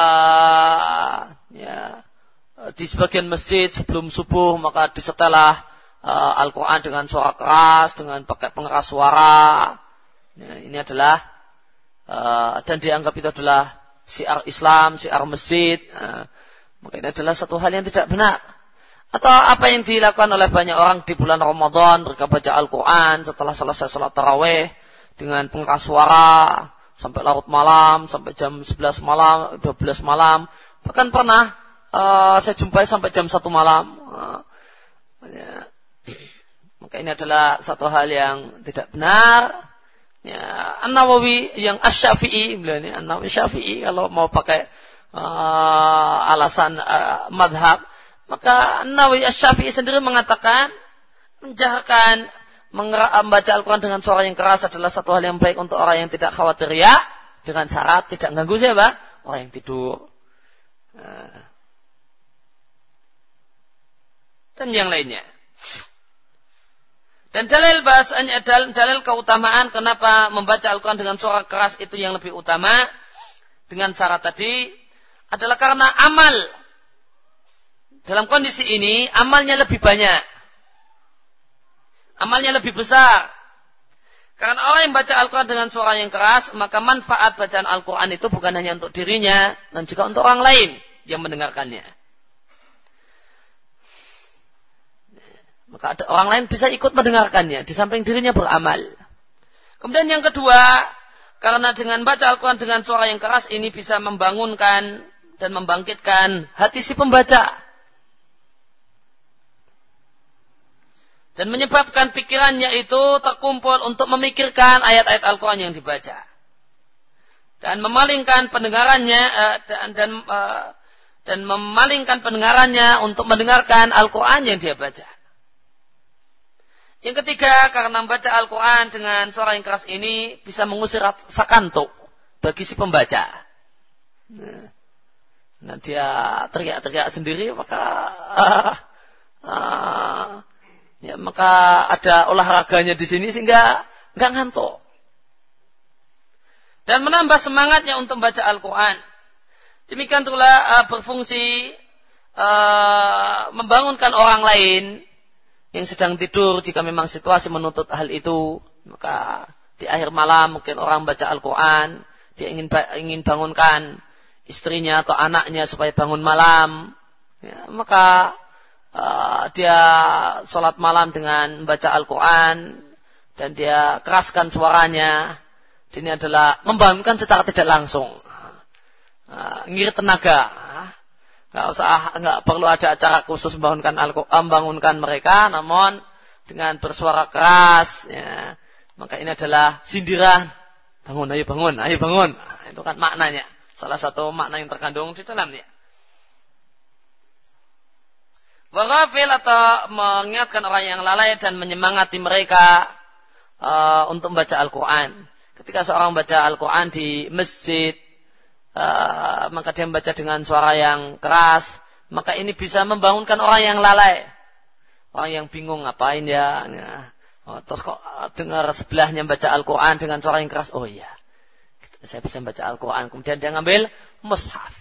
di sebagian masjid sebelum subuh maka disetelah Al-Quran dengan suara keras, dengan pakai pengeras suara. Ya, ini adalah dan dianggap itu adalah syiar Islam, syiar masjid. Maka ini adalah satu hal yang tidak benar. Atau apa yang dilakukan oleh banyak orang di bulan Ramadan, mereka baca Al-Quran setelah selesai sholat tarawih dengan pengeras suara sampai larut malam, sampai jam 11 malam, 12 malam. Bahkan pernah saya jumpai sampai jam 1 malam. Maka ini adalah satu hal yang tidak benar. Ya, An-Nawawi yang Asy-Syafi'i, beliau ini An-Nawawi Syafi'i kalau mau pakai alasan madhab, maka An-Nawawi Asy-Syafi'i sendiri mengatakan menjaharkan membaca Al-Quran dengan suara yang keras adalah satu hal yang baik untuk orang yang tidak khawatir riya, dengan syarat tidak mengganggu siapa? Orang yang tidur. Dan yang lainnya. Dan dalil bahasanya, dalil keutamaan kenapa membaca Al-Quran dengan suara keras itu yang lebih utama dengan syarat tadi adalah karena amal dalam kondisi ini amalnya lebih banyak. Amalnya lebih besar. Karena orang yang baca Al-Quran dengan suara yang keras, maka manfaat bacaan Al-Quran itu bukan hanya untuk dirinya, dan juga untuk orang lain yang mendengarkannya. Maka ada orang lain bisa ikut mendengarkannya, di samping dirinya beramal. Kemudian yang kedua, karena dengan baca Al-Quran dengan suara yang keras, ini bisa membangunkan dan membangkitkan hati si pembaca. Dan menyebabkan pikirannya itu terkumpul untuk memikirkan ayat-ayat Al-Quran yang dibaca. Dan memalingkan pendengarannya dan memalingkan pendengarannya untuk mendengarkan Al-Quran yang dia baca. Yang ketiga, karena membaca Al-Quran dengan suara yang keras ini bisa mengusir rasa kantuk bagi si pembaca. Nah, dia teriak-teriak sendiri, maka ada olahraganya di sini sehingga nggak ngantuk. Dan menambah semangatnya untuk membaca Al-Quran. Demikian pula berfungsi membangunkan orang lain yang sedang tidur jika memang situasi menuntut hal itu. Maka di akhir malam mungkin orang baca Al-Quran, dia ingin bangunkan istrinya atau anaknya supaya bangun malam. Ya, maka dia sholat malam dengan membaca Al-Quran dan dia keraskan suaranya. Ini adalah membangunkan secara tidak langsung, ngirit tenaga. Nggak perlu ada acara khusus membangunkan mereka, namun dengan bersuara keras. Ya, maka ini adalah sindiran. Bangun, ayo bangun, ayo bangun. Nah, itu kan maknanya. Salah satu makna yang terkandung di dalamnya. Waghafil atau mengingatkan orang yang lalai dan menyemangati mereka untuk membaca Al-Quran. Ketika seorang baca Al-Quran di masjid, maka dia membaca dengan suara yang keras, maka ini bisa membangunkan orang yang lalai. Orang yang bingung ngapain ya. Terus kok dengar sebelahnya membaca Al-Quran dengan suara yang keras. Oh iya, saya bisa membaca Al-Quran. Kemudian dia ngambil mushaf.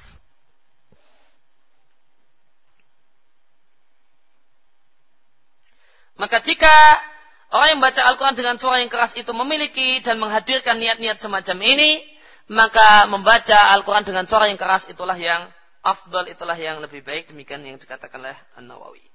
Maka jika orang yang membaca Al-Quran dengan suara yang keras itu memiliki dan menghadirkan niat-niat semacam ini, maka membaca Al-Quran dengan suara yang keras itulah yang afdal, itulah yang lebih baik. Demikian yang dikatakan oleh An-Nawawi.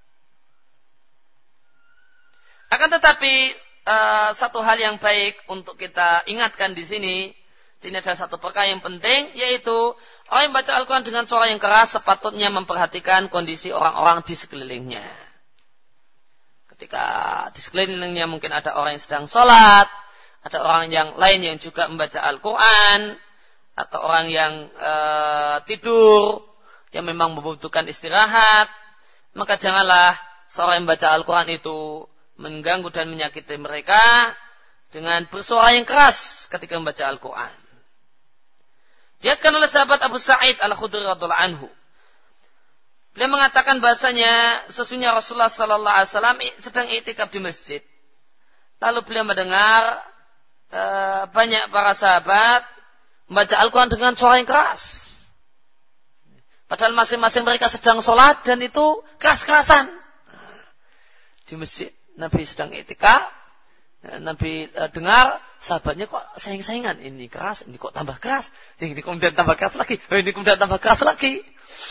Akan tetapi satu hal yang baik untuk kita ingatkan di sini, ini adalah satu perkara yang penting, yaitu orang yang baca Al-Quran dengan suara yang keras sepatutnya memperhatikan kondisi orang-orang di sekelilingnya. Ketika di sekelilingnya mungkin ada orang yang sedang sholat, ada orang yang lain yang juga membaca Al-Quran, atau orang yang tidur, yang memang membutuhkan istirahat, maka janganlah seorang yang membaca Al-Quran itu mengganggu dan menyakiti mereka dengan bersuara yang keras ketika membaca Al-Quran. Dilihatkan oleh sahabat Abu Sa'id Al-Khudri radhiyallahu anhu. Beliau mengatakan bahasanya sesungguhnya Rasulullah sallallahu alaihi wasallam sedang i'tikaf di masjid. Lalu beliau mendengar banyak para sahabat membaca Al-Quran dengan suara yang keras. Padahal masing-masing mereka sedang sholat dan itu keras-kerasan. Di masjid Nabi sedang i'tikaf, Nabi dengar sahabatnya kok saing-saingan, ini keras, ini kok tambah keras, ini kemudian tambah keras lagi, ini kemudian tambah keras lagi.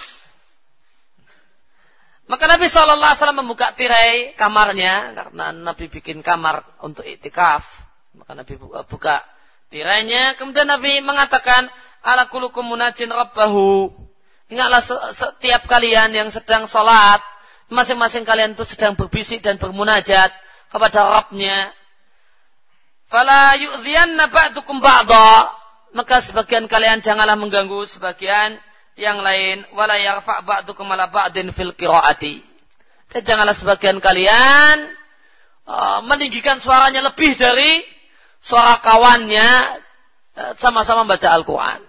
Maka Nabi SAW membuka tirai kamarnya, karena Nabi bikin kamar untuk i'tikaf. Maka Nabi buka tirainya, kemudian Nabi mengatakan, ala kulukum munajin rabbahu. Ingatlah setiap kalian yang sedang sholat, masing-masing kalian itu sedang berbisik dan bermunajat kepada Rabbnya. Fala yu'dhiyanna ba'dukum ba'dha. Maka sebagian kalian janganlah mengganggu sebagian yang lain. Wala yarfa' ba'dukum ala ba'din fil qira'ati. Dan janganlah sebagian kalian meninggikan suaranya lebih dari suara kawannya sama-sama membaca Al-Quran.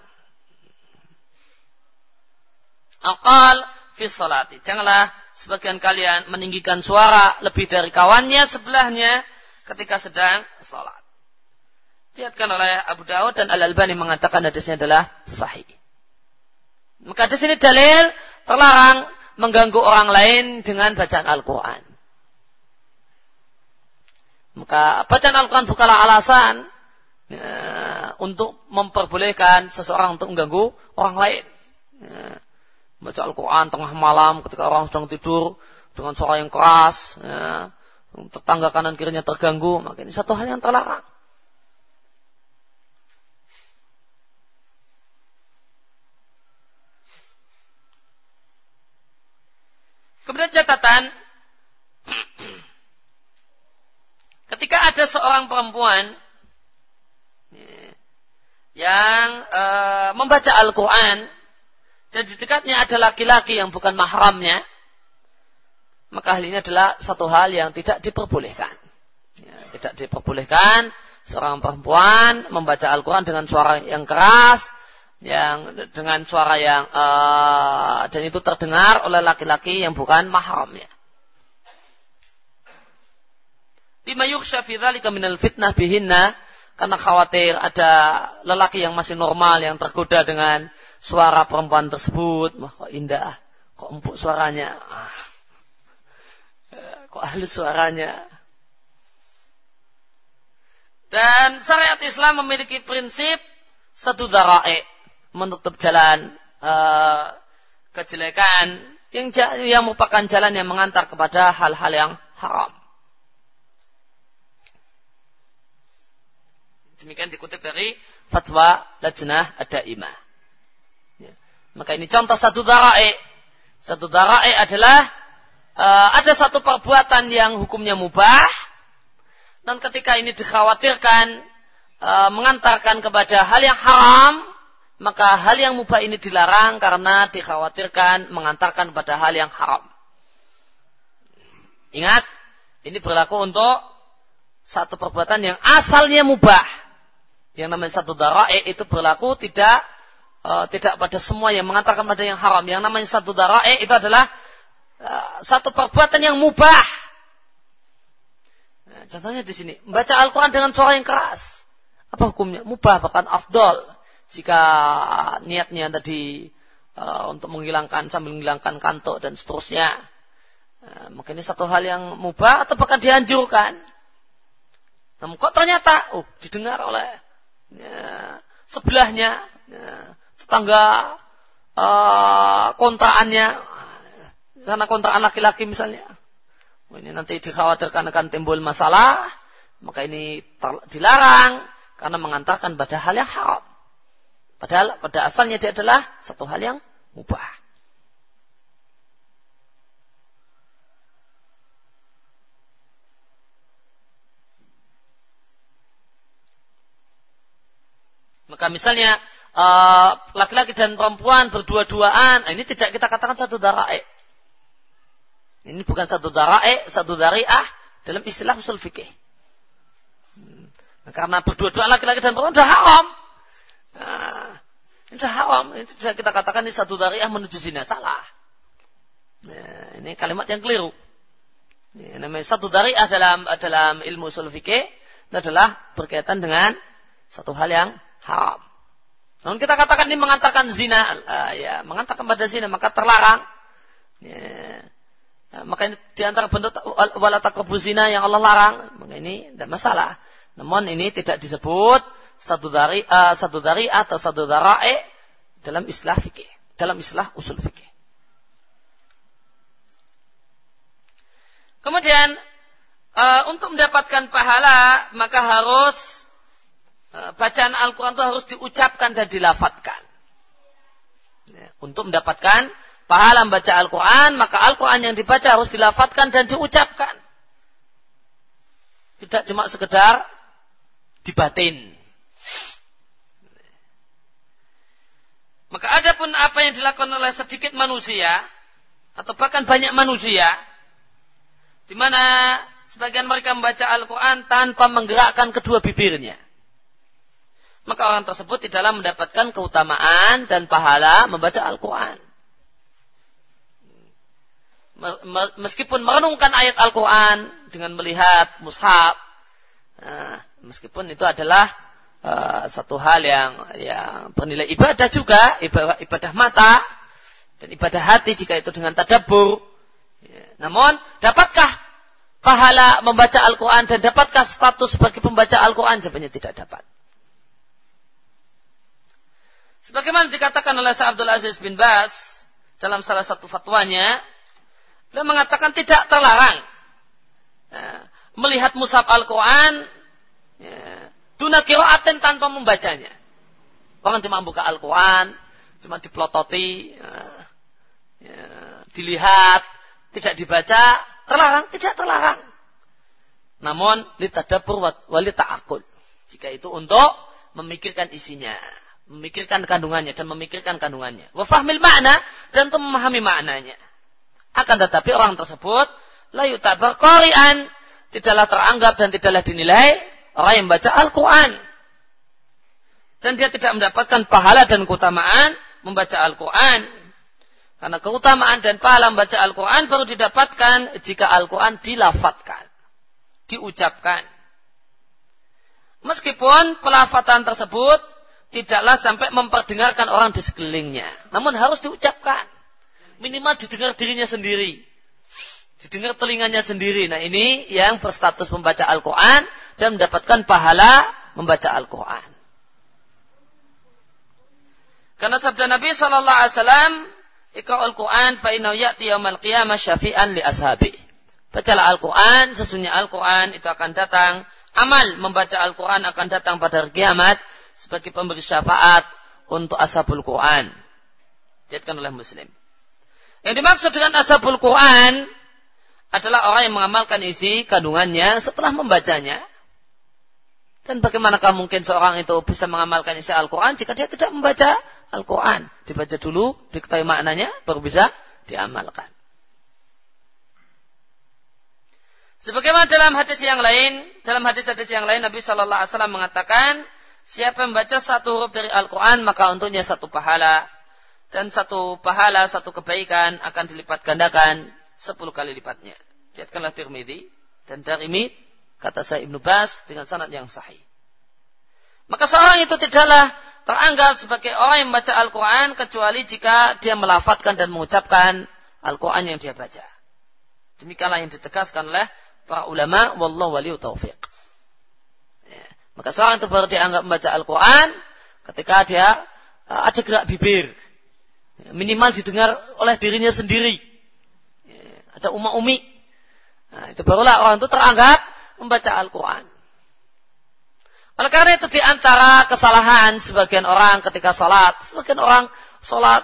Aqal fi sholati. Janganlah sebagian kalian meninggikan suara lebih dari kawannya sebelahnya ketika sedang sholat. Dilihatkan oleh Abu Daud dan Al-Albani mengatakan hadisnya adalah sahih. Maka di sini dalil terlarang mengganggu orang lain dengan bacaan Al-Quran. Maka bacaan Al-Quran bukanlah alasan untuk memperbolehkan seseorang untuk mengganggu orang lain. Baca Al-Quran tengah malam ketika orang sedang tidur dengan suara yang keras, tetangga kanan kirinya terganggu, maka ini satu hal yang terlarang. Kemudian catatan, ketika ada seorang perempuan yang membaca Al-Quran dan di dekatnya ada laki-laki yang bukan mahramnya, maka hal ini adalah satu hal yang tidak diperbolehkan. Tidak diperbolehkan seorang perempuan membaca Al-Quran dengan suara yang keras, yang dengan suara yang dan itu terdengar oleh laki-laki yang bukan mahramnya. Lima yukhsha fi dzalika minal fitnah bihinna, karena khawatir ada lelaki yang masih normal yang tergoda dengan suara perempuan tersebut. Wah, kok indah, kok empuk suaranya, kok halus suaranya. Dan syariat Islam memiliki prinsip satu dhara'i, menutup jalan kejelekan yang merupakan jalan yang mengantar kepada hal-hal yang haram. Demikian dikutip dari fatwa Lajnah Ad-Daimah. Maka ini contoh satu dhara'i. Satu dhara'i adalah ada satu perbuatan yang hukumnya mubah, dan ketika ini dikhawatirkan mengantarkan kepada hal yang haram, maka hal yang mubah ini dilarang karena dikhawatirkan mengantarkan kepada hal yang haram. Ingat, ini berlaku untuk satu perbuatan yang asalnya mubah. Yang namanya satu dhara'i itu berlaku tidak pada semua yang mengantarkan pada yang haram. Yang namanya satu dhara'i itu adalah satu perbuatan yang mubah. Nah, contohnya di sini, membaca Al-Quran dengan suara yang keras. Apa hukumnya? Mubah, bahkan afdol. Jika niatnya tadi untuk sambil menghilangkan kantuk dan seterusnya. Maka ini satu hal yang mubah atau bahkan dianjurkan. Namun kok ternyata didengar oleh sebelahnya, tetangga kontraannya, sana kontraan laki-laki misalnya. Ini nanti dikhawatirkan akan timbul masalah, maka ini dilarang karena mengantarkan pada hal yang haram. Padahal pada asalnya dia adalah satu hal yang mubah. Maka misalnya laki-laki dan perempuan berdua-duaan, ini tidak kita katakan satu dara'i. Ini bukan satu dara'i, satu dari'ah dalam istilah usul fikih. Karena berdua-duaan laki-laki dan perempuan sudah haram. Ini sudah haram. Ini bisa kita katakan ini satu dari'ah menuju zina. Salah. Ini kalimat yang keliru. Ini namanya satu dari'ah dalam ilmu usul fikih adalah berkaitan dengan satu hal yang haram. Namun kita katakan ini mengantarkan zina, mengantarkan pada zina, maka terlarang. Maka ini diantara bentuk wala taqrabu zina yang Allah larang, maka ini tidak masalah. Namun ini tidak disebut satu dari atau satu dara'i dalam istilah fikih, dalam istilah usul fikih. Kemudian untuk mendapatkan pahala maka harus bacaan Al-Quran itu harus diucapkan dan dilafadzkan. Untuk mendapatkan pahala membaca Al-Quran, maka Al-Quran yang dibaca harus dilafadzkan dan diucapkan. Tidak cuma sekedar dibatin. Maka adapun apa yang dilakukan oleh sedikit manusia, atau bahkan banyak manusia, di mana sebagian mereka membaca Al-Quran tanpa menggerakkan kedua bibirnya, maka orang tersebut tidaklah mendapatkan keutamaan dan pahala membaca Al-Quran. Meskipun merenungkan ayat Al-Quran dengan melihat mushaf, meskipun itu adalah satu hal yang bernilai ibadah juga, ibadah mata dan ibadah hati jika itu dengan tadabbur. Namun, dapatkah pahala membaca Al-Quran dan dapatkah status sebagai pembaca Al-Quran? Jawabannya tidak dapat. Sebagaimana dikatakan oleh Syekh Abdul Aziz bin Baz dalam salah satu fatwanya, beliau mengatakan tidak terlarang melihat mushaf Al-Quran duna qiraatin tanpa membacanya. Orang cuma buka Al-Quran, cuma dipelototi, dilihat, tidak dibaca, terlarang? Tidak terlarang. Namun litadabbur wa lita'aqqul. Jika itu untuk memikirkan isinya, memikirkan kandungannya dan memikirkan kandungannya. Wa fahmil makna, dan untuk memahami maknanya. Akan tetapi orang tersebut la yutabar qari'an, tidaklah teranggap dan tidaklah dinilai orang yang membaca Al-Quran. Dan dia tidak mendapatkan pahala dan keutamaan membaca Al-Quran. Karena keutamaan dan pahala membaca Al-Quran baru didapatkan jika Al-Quran dilafadzkan, diucapkan. Meskipun pelafatan tersebut tidaklah sampai memperdengarkan orang di sekelilingnya, namun harus diucapkan. Minimal didengar dirinya sendiri, didengar telinganya sendiri. Nah, ini yang berstatus membaca Al-Quran dan mendapatkan pahala membaca Al-Quran. Karena sabda Nabi SAW, Iqra'ul Quran fa innahu ya'ti yaumal qiyamah syafi'an li ashabi. Bacalah Al-Quran, sesungguhnya Al-Quran itu akan datang, amal membaca Al-Quran akan datang pada hari kiamat sebagai pemberi syafaat untuk ashabul Quran. Diriwayatkan oleh Muslim. Yang dimaksud dengan ashabul Quran adalah orang yang mengamalkan isi kandungannya setelah membacanya. Dan bagaimanakah mungkin seorang itu bisa mengamalkan isi Al-Quran jika dia tidak membaca Al-Quran? Dibaca dulu, diketahui maknanya, baru bisa diamalkan. Sebagaimana dalam hadis yang lain, Nabi Shallallahu Alaihi Wasallam mengatakan, siapa yang membaca satu huruf dari Al-Quran, maka untuknya satu pahala. Dan satu pahala, satu kebaikan akan dilipat gandakan 10 kali lipatnya. Diriwayatkanlah Tirmidzi dan Darimi, kata Syekh Ibnu Baz dengan sanad yang sahih. Maka seorang itu tidaklah teranggap sebagai orang yang membaca Al-Quran kecuali jika dia melafadzkan dan mengucapkan Al-Quran yang dia baca. Demikianlah yang ditegaskan oleh para ulama, wallahu waliyut taufiq. Maka seorang itu baru dianggap membaca Al-Quran ketika dia ada gerak bibir, minimal didengar oleh dirinya sendiri, ada umi. Nah, itu barulah orang itu teranggap membaca Al-Quran. Oleh karena itu di antara kesalahan sebagian orang ketika sholat, sebagian orang sholat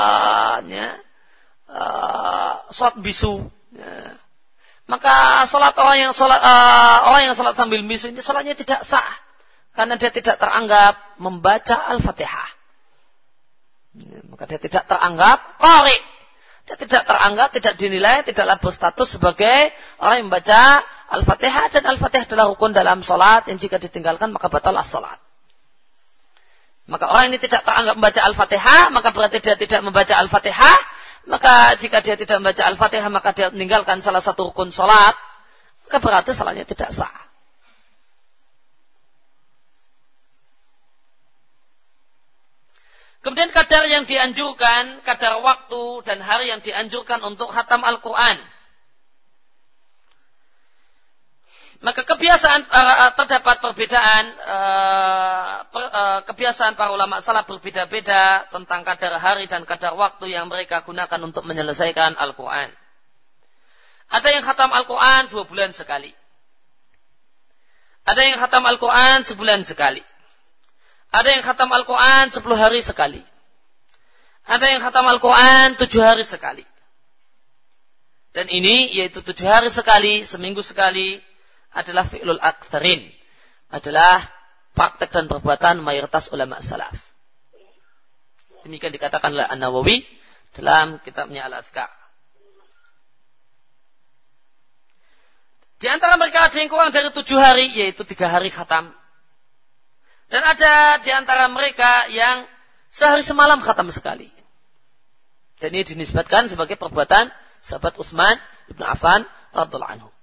sholat bisu, maka sholat orang yang sholat sambil bisu ini sholatnya tidak sah karena dia tidak teranggap membaca Al-Fatihah. Maka dia tidak teranggap qari, dia tidak teranggap, tidak dinilai, tidaklah berstatus sebagai orang yang membaca Al-Fatihah, dan Al-Fatihah adalah rukun dalam sholat yang jika ditinggalkan maka batalah sholat. Maka orang ini tidak teranggap membaca Al-Fatihah, maka berarti dia tidak membaca Al-Fatihah. Maka jika dia tidak membaca Al-Fatihah, maka dia meninggalkan salah satu rukun sholat, maka berarti sholatnya tidak sah. Kemudian kadar yang dianjurkan, kadar waktu dan hari yang dianjurkan untuk khatam Al-Quran. Maka kebiasaan terdapat perbedaan, kebiasaan para ulama salaf berbeda-beda tentang kadar hari dan kadar waktu yang mereka gunakan untuk menyelesaikan Al-Quran. Ada yang khatam Al-Quran 2 bulan sekali. Ada yang khatam Al-Quran sebulan sekali. Ada yang khatam Al-Quran 10 hari sekali. Ada yang khatam Al-Quran 7 hari sekali. Dan ini yaitu 7 hari sekali, seminggu sekali, adalah fi'lul aktsarin, adalah praktek dan perbuatan mayoritas ulama salaf. Demikian dikatakan oleh An-Nawawi dalam kitabnya Al-Azkar. Di antara mereka ada yang kurang dari 7 hari, yaitu 3 hari khatam. Dan ada di antara mereka yang sehari semalam khatam sekali. Dan ini dinisbatkan sebagai perbuatan sahabat Utsman ibn Affan radhiyallahu anhu.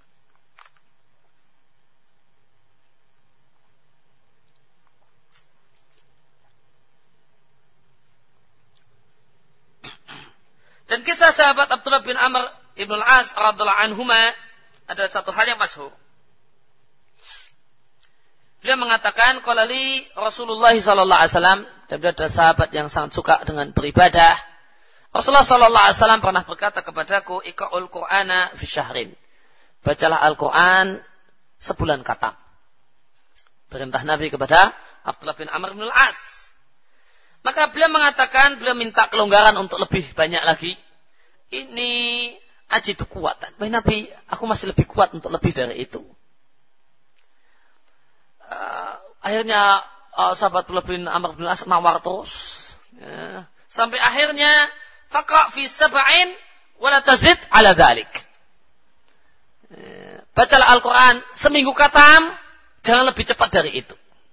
Dan kisah sahabat Abdullah bin Amr ibn al-As radhiyallahu anhuma adalah satu hal yang masyhur. Beliau mengatakan, qala li Rasulullah sallallahu alaihi wasallam, dan beliau adalah sahabat yang sangat suka dengan beribadah. Rasulullah sallallahu alaihi wasallam pernah berkata kepadaku, iqra'ul Qur'ana fi syahrin. Bacalah Al-Qur'an sebulan khatam. Perintah Nabi kepada Abdullah bin Amr bin al-As. Maka beliau mengatakan, beliau minta kelonggaran untuk lebih banyak lagi. Ini ajidu kuatan. Wahai Nabi, aku masih lebih kuat untuk lebih dari itu. Akhirnya sahabat Abdullah bin Amr bin As nawar terus. Sampai akhirnya, faqra' fi sab'in wa la tazid ala dhalik. Bacalah Al-Quran seminggu khatam, jangan lebih cepat dari itu.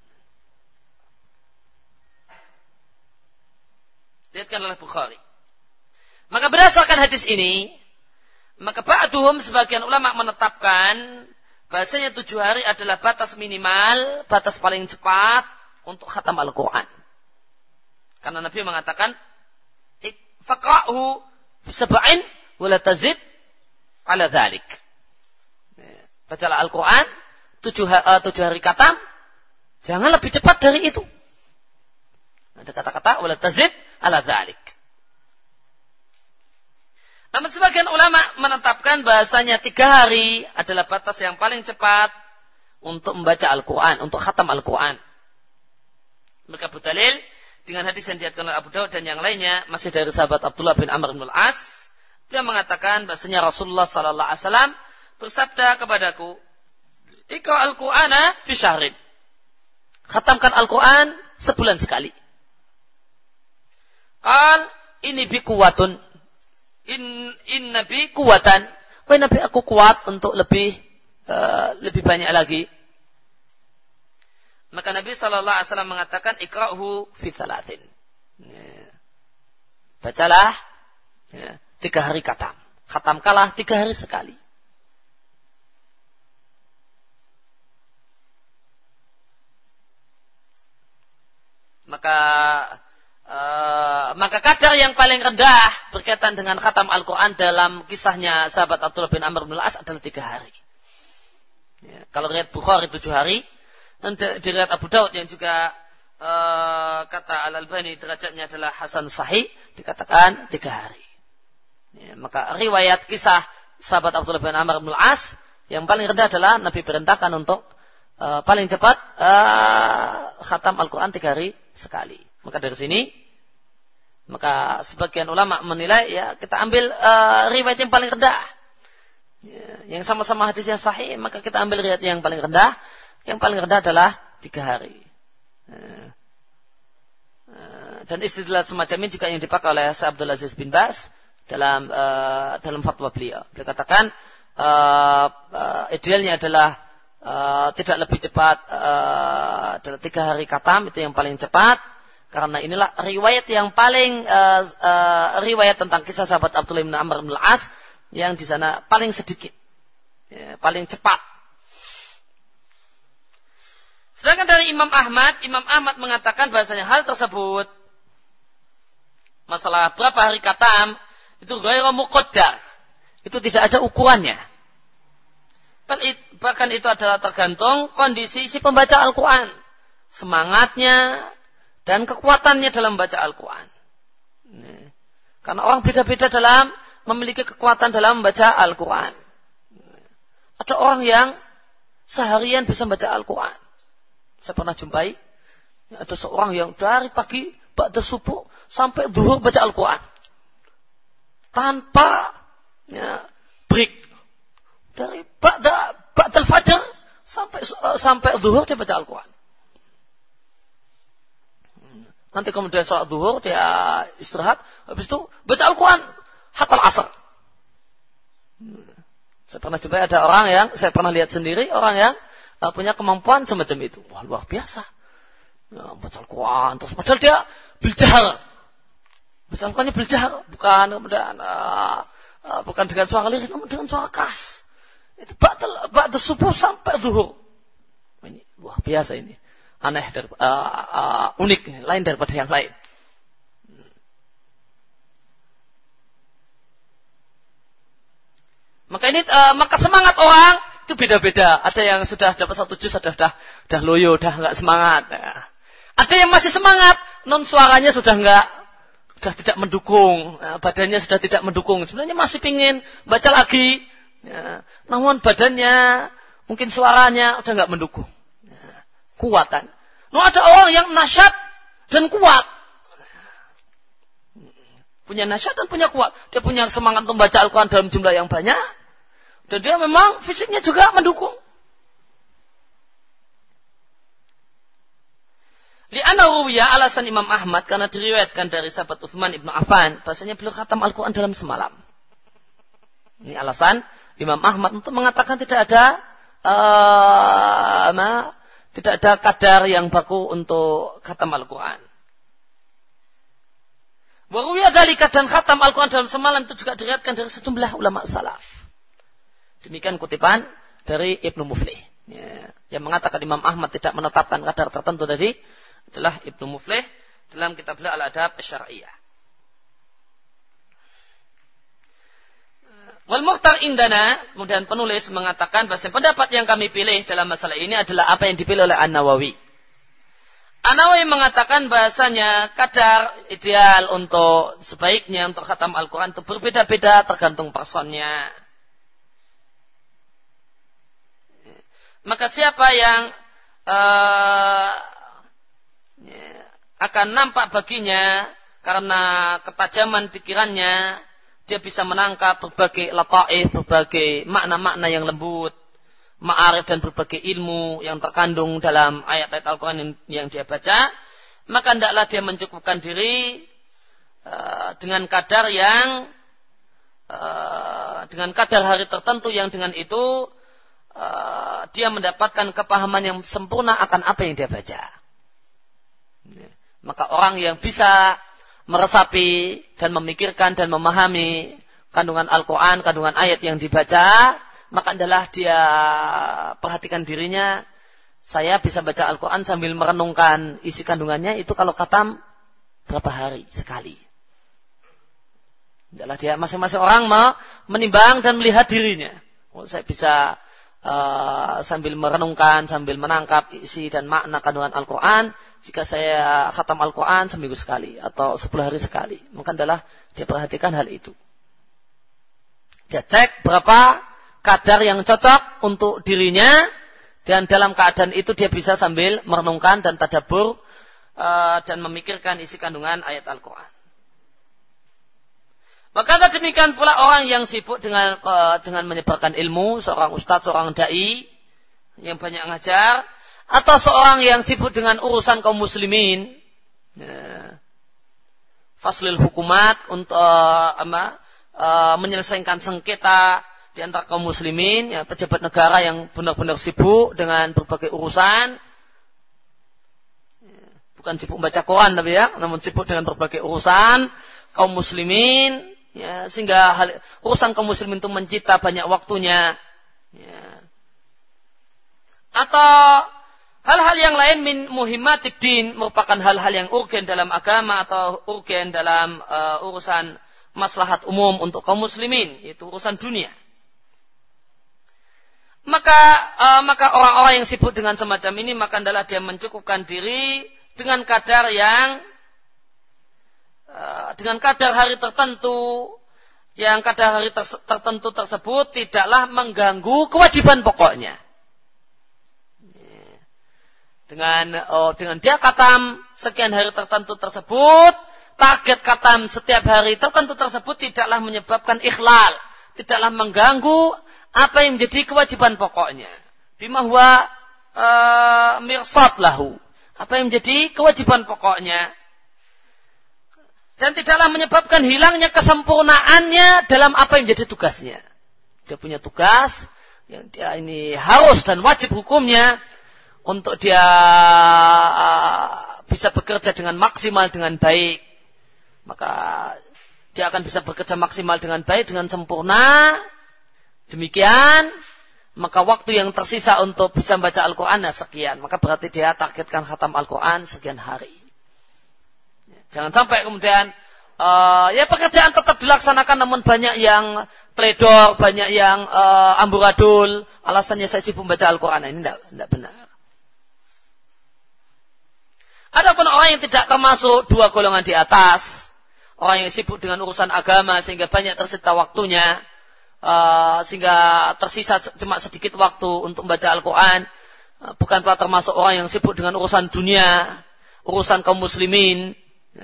Diriwayatkan oleh Bukhari. Maka berdasarkan hadis ini, maka ba'duhum sebagian ulama menetapkan bahasanya 7 hari adalah batas minimal, batas paling cepat untuk khatam Al-Quran. Karena Nabi mengatakan, faqra'hu sab'in wa la tazid ala dhalik. Bacalah Al-Quran 7 hari khatam, jangan lebih cepat dari itu. Ada kata-kata wala tazid ala dhalik. Namun sebagian ulama menetapkan bahasanya 3 hari adalah batas yang paling cepat untuk membaca Al-Quran, untuk khatam Al-Quran. Mereka berdalil dengan hadis yang diriwayatkan oleh Abu Dawud dan yang lainnya, masih dari sahabat Abdullah bin Amr bin al-As. Dia mengatakan bahasanya Rasulullah sallallahu alaihi wasallam bersabda kepadaku, iqra' Al-Qur'ana fi syahrin. Khatamkan Al-Quran sebulan sekali. Qal ini bi kuwatun. In nabi kuwatan. Wahai Nabi, aku kuat untuk lebih banyak lagi. Maka Nabi sallallahu alaihi wasallam mengatakan iqra'hu fi thalathin. Bacalah 3 hari khatam. Khatamkanlah 3 hari sekali. Maka kadar yang paling rendah berkaitan dengan khatam Al-Quran dalam kisahnya sahabat Abdullah bin Amr bin al-As adalah 3 hari. Kalau riwayat Bukhari 7 hari, dan di riwayat Abu Dawud yang juga kata Al-Albani derajatnya adalah hasan sahih, dikatakan 3 hari. Ya, maka riwayat kisah sahabat Abdullah bin Amr bin Al-As yang paling rendah adalah Nabi perintahkan untuk paling cepat khatam Al-Quran 3 hari sekali. Maka dari sini, maka sebagian ulama menilai ya kita ambil riwayat yang paling rendah. Ya, yang sama-sama hadis yang sahih, maka kita ambil riwayat yang paling rendah. Yang paling rendah adalah 3 hari. Dan istidlal semacam ini juga yang dipakai oleh Syekh Abdul Aziz bin Baz dalam fatwa beliau. Beliau katakan idealnya adalah tidak lebih cepat adalah 3 hari khatam, itu yang paling cepat, karena inilah riwayat yang paling riwayat tentang kisah sahabat Abdullah bin Amr bin Al-As yang di sana paling sedikit, ya, paling cepat. Sedangkan dari Imam Ahmad mengatakan bahasanya hal tersebut, masalah berapa hari khatam, itu ghairu muqaddar, itu tidak ada ukurannya. Bahkan itu adalah tergantung kondisi si pembaca Al-Quran, semangatnya dan kekuatannya dalam membaca Al-Quran. Karena orang beda-beda dalam memiliki kekuatan dalam membaca Al-Quran. Ada orang yang seharian bisa membaca Al-Quran. Saya pernah jumpai ada seorang yang dari pagi ba'da subuh sampai zuhur baca Al-Quran tanpa break. Dari ba'dal fajar sampai zuhur dia baca Al-Quran. Nanti kemudian sholat zuhur dia istirahat, habis itu baca Al-Quran hatta asar. Saya pernah jumpai ada orang yang saya pernah lihat sendiri, orang yang punya kemampuan semacam itu. Wah, luar biasa. Ya, baca Al-Quran terus padahal dia biljahar. Baca Al-Qurannya biljahar, bukan dengan suara lirik, namun dengan suara khas. Itu ba'da subuh sampai zuhur. Ini luar biasa ini. Aneh dan unik, lain daripada yang lain. Maka semangat orang itu beda-beda. Ada yang sudah dapat 1 juz, sudah loyo, sudah enggak semangat. Nah, ada yang masih semangat, non suaranya sudah tidak mendukung, badannya sudah tidak mendukung. Sebenarnya masih pingin baca lagi, ya, namun badannya, mungkin suaranya sudah enggak mendukung. Ya, kuatan. Ada orang yang nasyat dan kuat. Punya nasyat dan punya kuat. Dia punya semangat untuk membaca Al-Quran dalam jumlah yang banyak. Dan dia memang fisiknya juga mendukung. Li'anna ruwiya, alasan Imam Ahmad, karena diriwayatkan dari sahabat Utsman ibn Affan, bahasanya beliau khatam Al-Quran dalam semalam. Ini alasan Imam Ahmad untuk mengatakan tidak ada kadar yang baku untuk khatam Al-Quran. Wa ruwiya dzalika, dan khatam Al-Quran dalam semalam itu juga diriwayatkan dari sejumlah ulama salaf. Demikian kutipan dari Ibnu Muflih, ya, yang mengatakan Imam Ahmad tidak menetapkan kadar tertentu tadi adalah Ibnu Muflih dalam kitab Al-Adab Asy-Syar'iyyah. Wal mukhtar indana, kemudian penulis mengatakan bahwa pendapat yang kami pilih dalam masalah ini adalah apa yang dipilih oleh An-Nawawi. An-Nawawi mengatakan bahasanya kadar ideal untuk sebaiknya untuk khatam Al-Quran itu berbeda-beda tergantung personnya. Maka siapa yang akan nampak baginya karena ketajaman pikirannya, dia bisa menangkap berbagai lataif, berbagai makna-makna yang lembut, ma'arif dan berbagai ilmu yang terkandung dalam ayat-ayat Al-Quran yang dia baca, maka hendaklah dia mencukupkan diri dengan kadar yang dengan kadar hari tertentu yang dengan itu dia mendapatkan kepahaman yang sempurna akan apa yang dia baca. Maka orang yang bisa meresapi dan memikirkan dan memahami kandungan Al-Quran, kandungan ayat yang dibaca, maka adalah dia perhatikan dirinya, saya bisa baca Al-Quran sambil merenungkan isi kandungannya, itu kalau khatam berapa hari sekali. Adalah dia masing-masing orang menimbang dan melihat dirinya. Oh, saya bisa sambil merenungkan, sambil menangkap isi dan makna kandungan Al-Quran. Jika saya khatam Al-Quran seminggu sekali atau 10 hari sekali, maka adalah dia perhatikan hal itu. Dia cek berapa kadar yang cocok untuk dirinya, dan dalam keadaan itu dia bisa sambil merenungkan dan tadabbur dan memikirkan isi kandungan ayat Al-Quran. Maka demikian pula orang yang sibuk dengan menyebarkan ilmu, seorang ustadz, seorang dai yang banyak ngajar, atau seorang yang sibuk dengan urusan kaum muslimin, faslil hukumat untuk menyelesaikan sengketa di antara kaum muslimin, ya, pejabat negara yang benar-benar sibuk dengan berbagai urusan, bukan sibuk membaca Quran tapi ya, namun sibuk dengan berbagai urusan kaum muslimin. Ya, sehingga urusan kaum muslimin itu mencita banyak waktunya, ya. Atau hal-hal yang lain min muhimmatid din, merupakan hal-hal yang urgen dalam agama atau urgen dalam urusan maslahat umum untuk kaum muslimin, yaitu urusan dunia. Maka orang-orang yang sibuk dengan semacam ini, maka adalah dia mencukupkan diri dengan kadar yang dengan kadar hari tertentu, yang kadar hari tertentu tersebut tidaklah mengganggu kewajiban pokoknya. Dengan dia khatam sekian hari tertentu tersebut, target khatam setiap hari tertentu tersebut tidaklah menyebabkan ikhlal, tidaklah mengganggu apa yang menjadi kewajiban pokoknya. Bima huwa mirsad lahu, apa yang menjadi kewajiban pokoknya. Dan tidaklah menyebabkan hilangnya kesempurnaannya dalam apa yang menjadi tugasnya. Dia punya tugas yang dia ini harus dan wajib hukumnya untuk dia bisa bekerja dengan maksimal, dengan baik. Maka dia akan bisa bekerja maksimal dengan baik, dengan sempurna. Demikian, maka waktu yang tersisa untuk bisa membaca Al-Quran sekian. Maka berarti dia targetkan khatam Al-Quran sekian hari. Jangan sampai kemudian ya pekerjaan tetap dilaksanakan, namun banyak yang teledor, banyak yang amburadul, alasannya saya sibuk membaca Al-Quran. Ini tidak benar. Adapun orang yang tidak termasuk dua golongan di atas, orang yang sibuk dengan urusan agama sehingga banyak tersita waktunya, sehingga tersisa cuma sedikit waktu untuk membaca Al-Quran, bukan pula termasuk orang yang sibuk dengan urusan dunia, urusan kaum muslimin.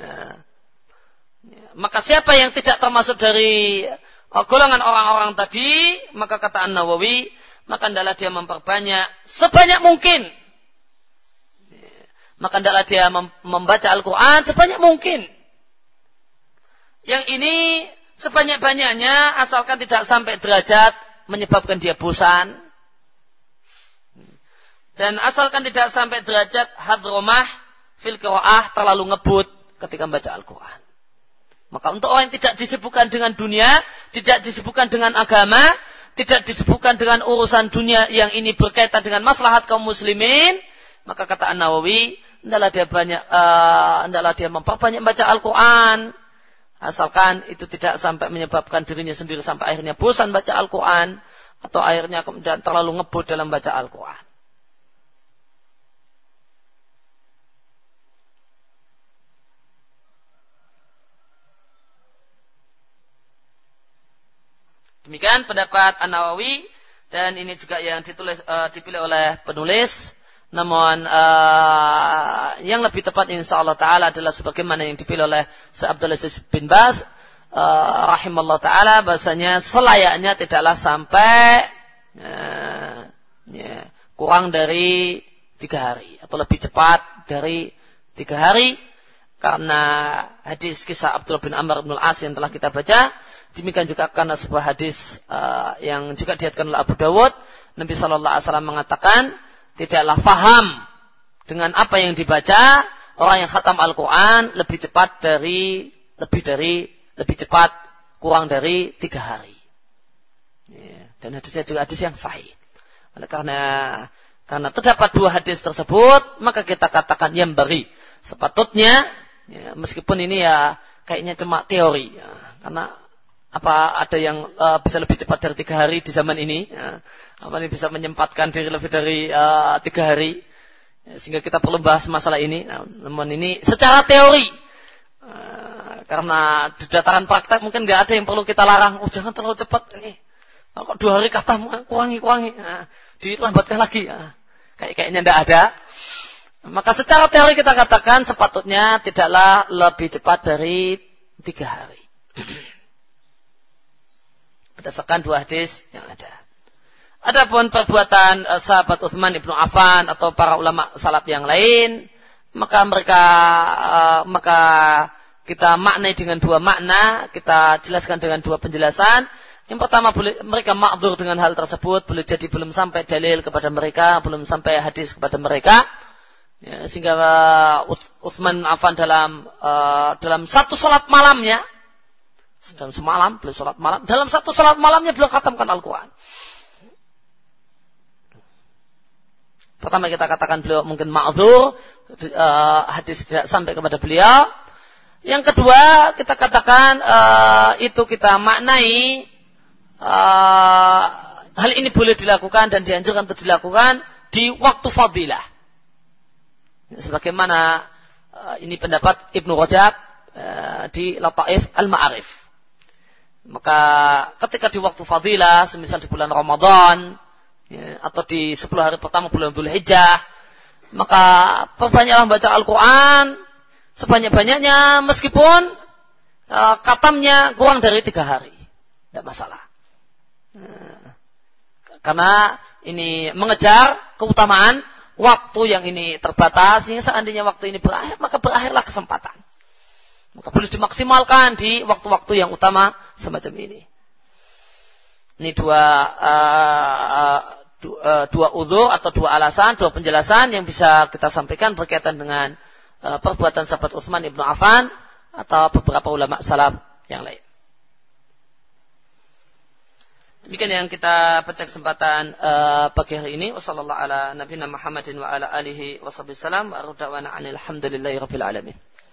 Maka siapa yang tidak termasuk dari golongan orang-orang tadi, maka kata An-Nawawi, maka hendaklah dia memperbanyak sebanyak mungkin. Maka hendaklah dia membaca Al-Quran sebanyak mungkin. Yang ini sebanyak-banyaknya, asalkan tidak sampai derajat menyebabkan dia bosan. Dan asalkan tidak sampai derajat hadromah fil qiraah, terlalu ngebut ketika membaca Al-Quran. Maka untuk orang yang tidak disibukkan dengan dunia, tidak disibukkan dengan agama, tidak disibukkan dengan urusan dunia yang ini berkaitan dengan maslahat kaum muslimin, maka kata An-Nawawi, hendaklah dia memperbanyak membaca Al-Quran, asalkan itu tidak sampai menyebabkan dirinya sendiri sampai akhirnya bosan baca Al-Quran, atau akhirnya kemudian terlalu ngebut dalam baca Al-Quran. Demikian pendapat An-Nawawi, dan ini juga yang dipilih oleh penulis. Namun yang lebih tepat insyaallah taala adalah sebagaimana yang dipilih oleh Syekh Abdul Aziz bin Baz rahimallahu taala, bahasanya selayaknya tidaklah sampai kurang dari 3 hari atau lebih cepat dari 3 hari, karena hadis kisah Abdullah bin Amr bin Al-As yang telah kita baca. Demikian juga karena sebuah hadis yang juga diriwayatkan oleh Abu Dawud, Nabi sallallahu alaihi wasallam mengatakan, tidaklah faham dengan apa yang dibaca orang yang khatam Al-Quran lebih cepat kurang dari 3 hari. Dan hadisnya juga hadis yang sahih. Karena terdapat 2 hadis tersebut, maka kita katakan yang beri sepatutnya, meskipun ini ya kayaknya cuma teori, karena apa ada yang bisa lebih cepat dari 3 hari di zaman ini? Apa yang bisa menyempatkan diri lebih dari 3 hari? Sehingga kita perlu bahas masalah ini. Namun ini secara teori, karena di dataran praktek mungkin nggak ada yang perlu kita larang. Oh, jangan terlalu cepat ini. Kok 2 hari kata kurangi, dilambatkan lagi. Kayaknya nggak ada. Maka secara teori kita katakan sepatutnya tidaklah lebih cepat dari 3 hari. Berdasarkan 2 hadis yang ada. Adapun perbuatan sahabat Utsman ibnu Affan atau para ulama salaf yang lain, maka kita maknai dengan 2 makna, kita jelaskan dengan 2 penjelasan. Yang pertama, mereka ma'dzur dengan hal tersebut, boleh jadi belum sampai dalil kepada mereka, belum sampai hadis kepada mereka. Ya, sehingga Utsman Affan dalam satu salat malamnya, dalam semalam beliau salat malam, dalam satu salat malamnya beliau khatamkan Al-Quran. Pertama kita katakan beliau mungkin ma'dzur, hadis tidak sampai kepada beliau. Yang kedua kita katakan itu kita maknai hal ini boleh dilakukan dan dianjurkan untuk dilakukan di waktu fadilah. Sebagaimana ini pendapat Ibnu Rajab di Lataif Al-Ma'arif. Maka ketika di waktu fadilah, semisal di bulan Ramadan ya, atau di 10 hari pertama bulan Dzulhijjah, maka perbanyaklah membaca Al-Quran sebanyak-banyaknya meskipun khatamnya kurang dari 3 hari. Tidak masalah. Karena ini mengejar keutamaan waktu yang ini terbatas, seandainya waktu ini berakhir, maka berakhirlah kesempatan. Maka boleh dimaksimalkan di waktu-waktu yang utama semacam ini. Ini dua udzur atau 2 alasan, 2 penjelasan yang bisa kita sampaikan berkaitan dengan perbuatan sahabat Utsman ibnu Affan atau beberapa ulama salaf yang lain. Demikian yang kita baca kesempatan pagi hari ini. Wassallallahu ala nabiyina Muhammadin wa ala alihi wasallam. Wa arda'wana anil hamdulillahi rabbil alamin.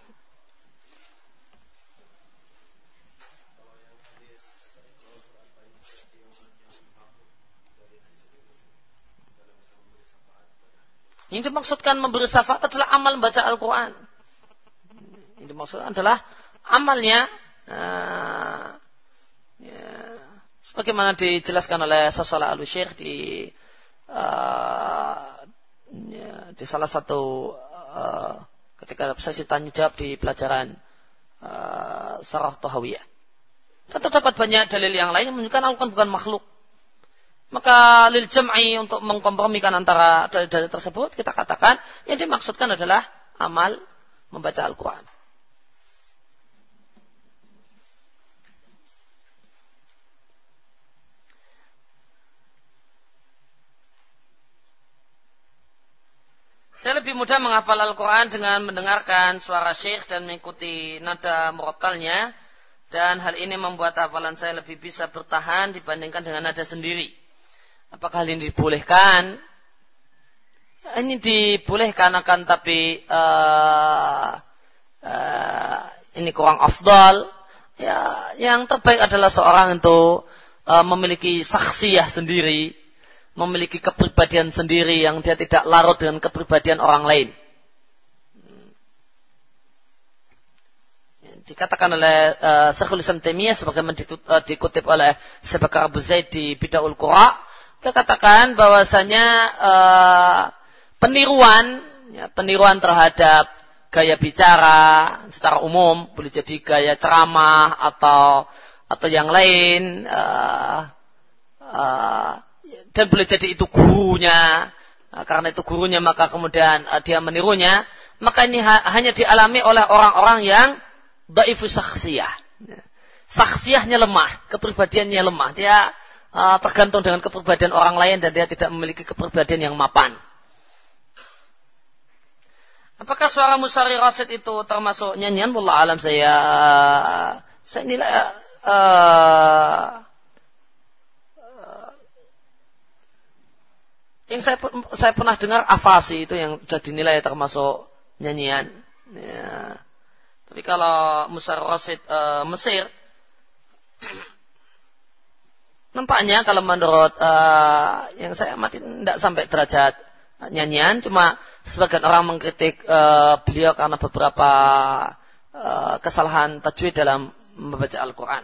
Yang dimaksudkan memberi syafaat adalah amal membaca Al-Quran. Yang dimaksudkan adalah amalnya sebagaimana dijelaskan oleh Sasalah Al-Syekh di salah satu ketika sesi tanya jawab di pelajaran Syarah Thahawiyah. Dan terdapat banyak dalil yang lain yang menunjukkan Al-Quran bukan makhluk. Maka lil jam'i untuk mengkompromikan antara dalil-dalil tersebut, kita katakan yang dimaksudkan adalah amal membaca Al-Quran. Saya lebih mudah menghafal Al-Quran dengan mendengarkan suara syekh dan mengikuti nada murattalnya, dan hal ini membuat hafalan saya lebih bisa bertahan dibandingkan dengan nada sendiri. Apakah hal ini dibolehkan? Ini dibolehkan, akan tapi ini kurang afdal. Ya, yang terbaik adalah seorang itu memiliki saksiyah sendiri, memiliki kepribadian sendiri yang dia tidak larut dengan kepribadian orang lain. Dikatakan oleh Syekhul Islam Taimiyah sebagaimana dikutip oleh Syekh Bakar Abu Zaid di Bid'aul Qura, dia katakan bahwasanya peniruan terhadap gaya bicara secara umum, boleh jadi gaya ceramah atau yang lain, dan boleh jadi itu gurunya, karena itu gurunya maka kemudian dia menirunya, maka ini hanya dialami oleh orang-orang yang dhaifu saksiyah. Saksiyahnya lemah, kepribadiannya lemah. Dia tergantung dengan kepribadian orang lain dan dia tidak memiliki kepribadian yang mapan. Apakah suara Musari Rasid itu termasuk nyanyian? Wallah alam, saya nilai yang saya pernah dengar afasi itu yang sudah dinilai termasuk nyanyian. Ya. Tapi kalau Musari Rasid Mesir Nampaknya kalau menurut yang saya amati tidak sampai derajat nyanyian, cuma sebagian orang mengkritik beliau karena beberapa kesalahan tajwid dalam membaca Al-Quran.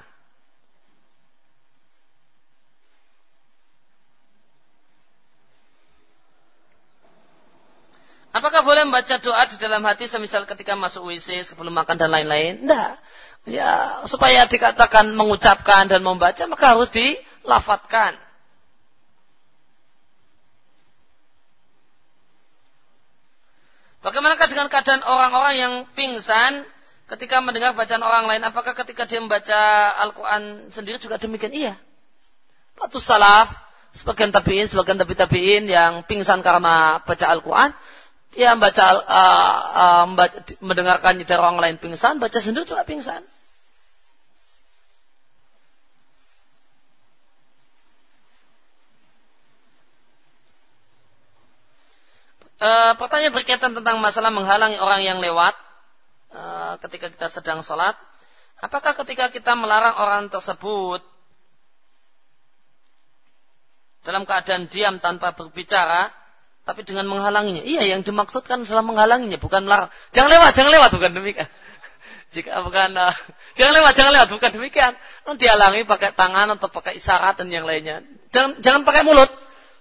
Apakah boleh membaca doa di dalam hati semisal ketika masuk WC, sebelum makan dan lain-lain? Tidak. Ya, supaya dikatakan mengucapkan dan membaca maka harus dilafatkan. Bagaimanakah dengan keadaan orang-orang yang pingsan ketika mendengar bacaan orang lain? Apakah ketika dia membaca Al-Quran sendiri juga demikian? Iya. Waktu salaf, sebagian tabi'in yang pingsan karena baca Al-Quran, dia mendengarkan dari orang lain pingsan, baca sendiri juga pingsan. Pertanyaan berkaitan tentang masalah menghalangi orang yang lewat ketika kita sedang sholat. Apakah ketika kita melarang orang tersebut dalam keadaan diam tanpa berbicara, tapi dengan menghalanginya? Iya, yang dimaksudkan adalah menghalanginya, bukan melarang. Jangan lewat, bukan demikian. Jika bukan, jangan lewat, bukan demikian. Dihalangi pakai tangan atau pakai isyarat dan yang lainnya. Jangan pakai mulut.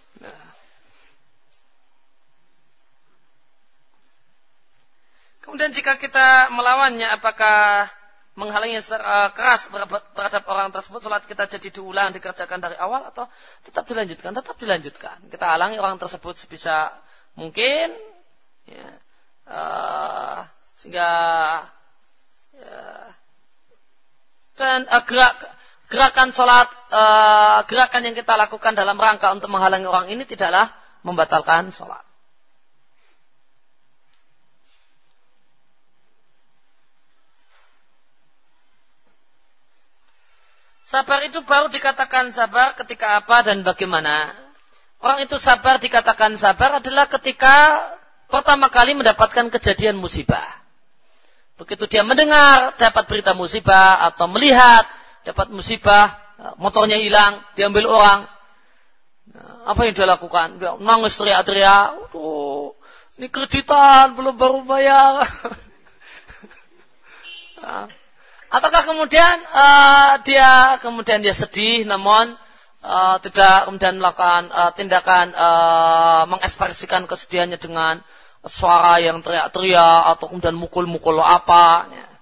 Kemudian jika kita melawannya, apakah menghalangi secara keras terhadap orang tersebut, sholat kita jadi diulang, dikerjakan dari awal, atau tetap dilanjutkan? Tetap dilanjutkan. Kita halangi orang tersebut sebisa mungkin, ya, sehingga dan gerakan sholat, gerakan yang kita lakukan dalam rangka untuk menghalangi orang ini tidaklah membatalkan sholat. Sabar itu baru dikatakan sabar ketika apa dan bagaimana. Orang itu sabar dikatakan sabar adalah ketika pertama kali mendapatkan kejadian musibah. Begitu dia mendengar dapat berita musibah atau melihat dapat musibah, motornya hilang, diambil orang. Apa yang dia lakukan? Dia nangis teriak-teriak. Ini kreditan belum baru bayar. Ataukah kemudian dia sedih, namun tidak kemudian melakukan tindakan mengekspresikan kesedihannya dengan suara yang teriak-teriak atau kemudian mukul-mukul apa? Ya.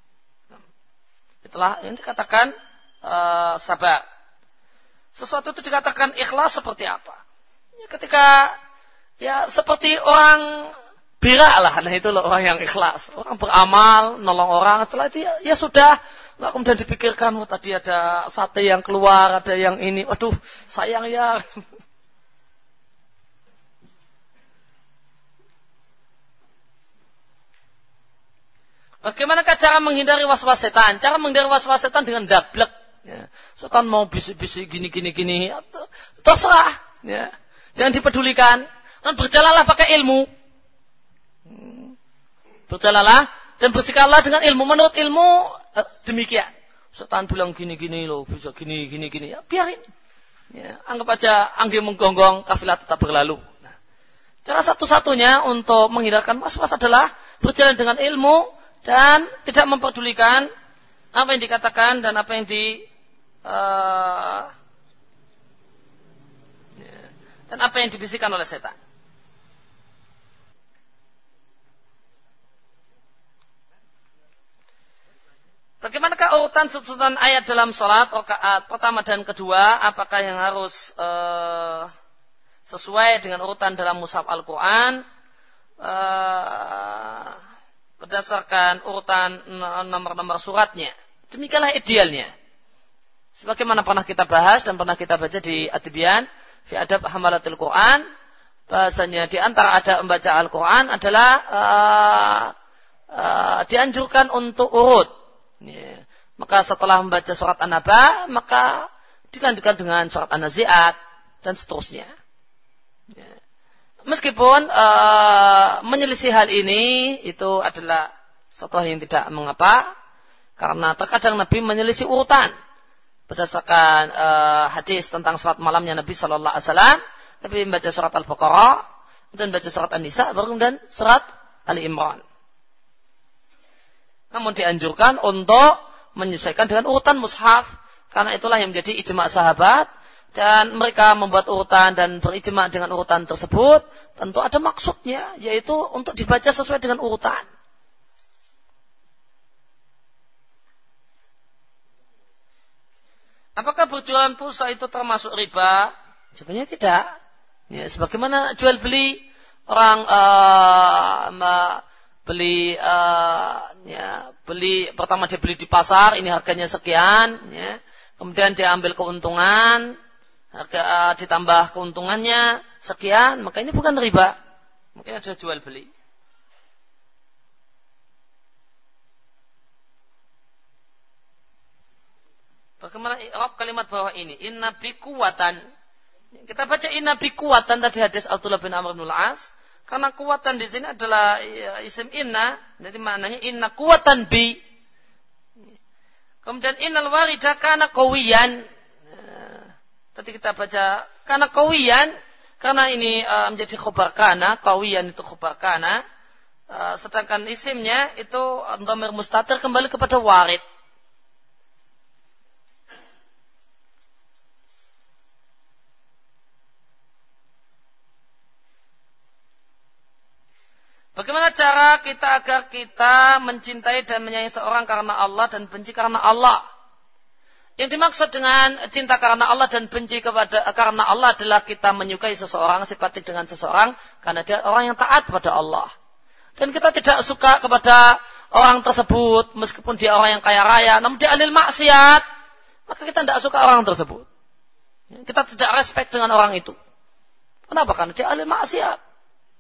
Itulah yang dikatakan sabar. Sesuatu itu dikatakan ikhlas seperti apa? Ya, ketika ya seperti orang berak lah, nah itu loh orang yang ikhlas. Orang beramal, nolong orang, setelah itu ya sudah, nggak kemudian dipikirkan, tadi ada sate yang keluar, ada yang ini, waduh sayang ya. Bagaimana cara menghindari was-was setan? Cara menghindari was-was setan dengan dablek. Ya. Setan mau bisik-bisik gini, terserah. Ya. Jangan dipedulikan. Dan berjalanlah pakai ilmu. Berjalanlah dan bersikaplah dengan ilmu. Menurut ilmu demikian. Setan bilang gini loh, bisa gini. Ya, biarin. Ya, anggap aja anggi menggonggong, kafilah tetap berlalu. Nah, cara satu-satunya untuk menghindarkan was-was adalah berjalan dengan ilmu dan tidak memperdulikan apa yang dikatakan dan apa yang dan apa yang dibisikkan oleh setan. Bagaimanakah urutan susunan ayat dalam sholat rakaat pertama dan kedua? Apakah yang harus sesuai dengan urutan dalam mushaf Al-Quran berdasarkan urutan nomor-nomor suratnya? Demikianlah idealnya. Sebagaimana pernah kita bahas dan pernah kita baca di At-Tibyan fi Adab Hamalatul Quran, bahasanya di antara adab membaca Al-Quran adalah dianjurkan untuk urut. Ya. Maka setelah membaca surat An-Naba, maka dilanjutkan dengan surat An-Nazi'at dan seterusnya. Ya. Meskipun menyelisih hal ini itu adalah satu hal yang tidak mengapa, karena terkadang Nabi menyelisih urutan. berdasarkan hadis tentang salat malamnya Nabi Sallallahu Alaihi Wasallam. Nabi membaca surat Al-Baqarah, kemudian baca surat An-Nisa, baru kemudian surat Ali Imran. Namun dianjurkan untuk menyesuaikan dengan urutan mushaf, karena itulah yang menjadi ijma' sahabat, dan mereka membuat urutan dan berijma' dengan urutan tersebut. Tentu ada maksudnya, yaitu untuk dibaca sesuai dengan urutan. Apakah berjualan pulsa itu termasuk riba? Sebenarnya tidak. Ya, sebagaimana jual beli orang beli pertama dia beli di pasar, ini harganya sekian, ya. Kemudian dia ambil keuntungan, harga ditambah keuntungannya sekian, maka ini bukan riba, mungkin ada jual beli. Bagaimana i'rab kalimat bawah ini? Inna bi kuwatan. Kita baca inna bi kuwatan tadi hadis Abdullah bin Amr bin Al-As. Karena kuwatan di sini adalah isim inna, jadi maknanya inna kuwatan bi. Kemudian innal warida kana qawiyan. Tadi kita baca kana qawiyan, karena ini menjadi khobar kana, qawiyan itu khobar kana. Sedangkan isimnya itu dhamir mustatir kembali kepada warid. Bagaimana cara kita agar kita mencintai dan menyayangi seorang karena Allah dan benci karena Allah? Yang dimaksud dengan cinta karena Allah dan benci karena Allah adalah kita menyukai seseorang, simpati dengan seseorang karena dia orang yang taat kepada Allah. Dan kita tidak suka kepada orang tersebut meskipun dia orang yang kaya raya, namun dia ahli maksiat, maka kita tidak suka orang tersebut. Kita tidak respect dengan orang itu. Kenapa? Karena dia ahli maksiat.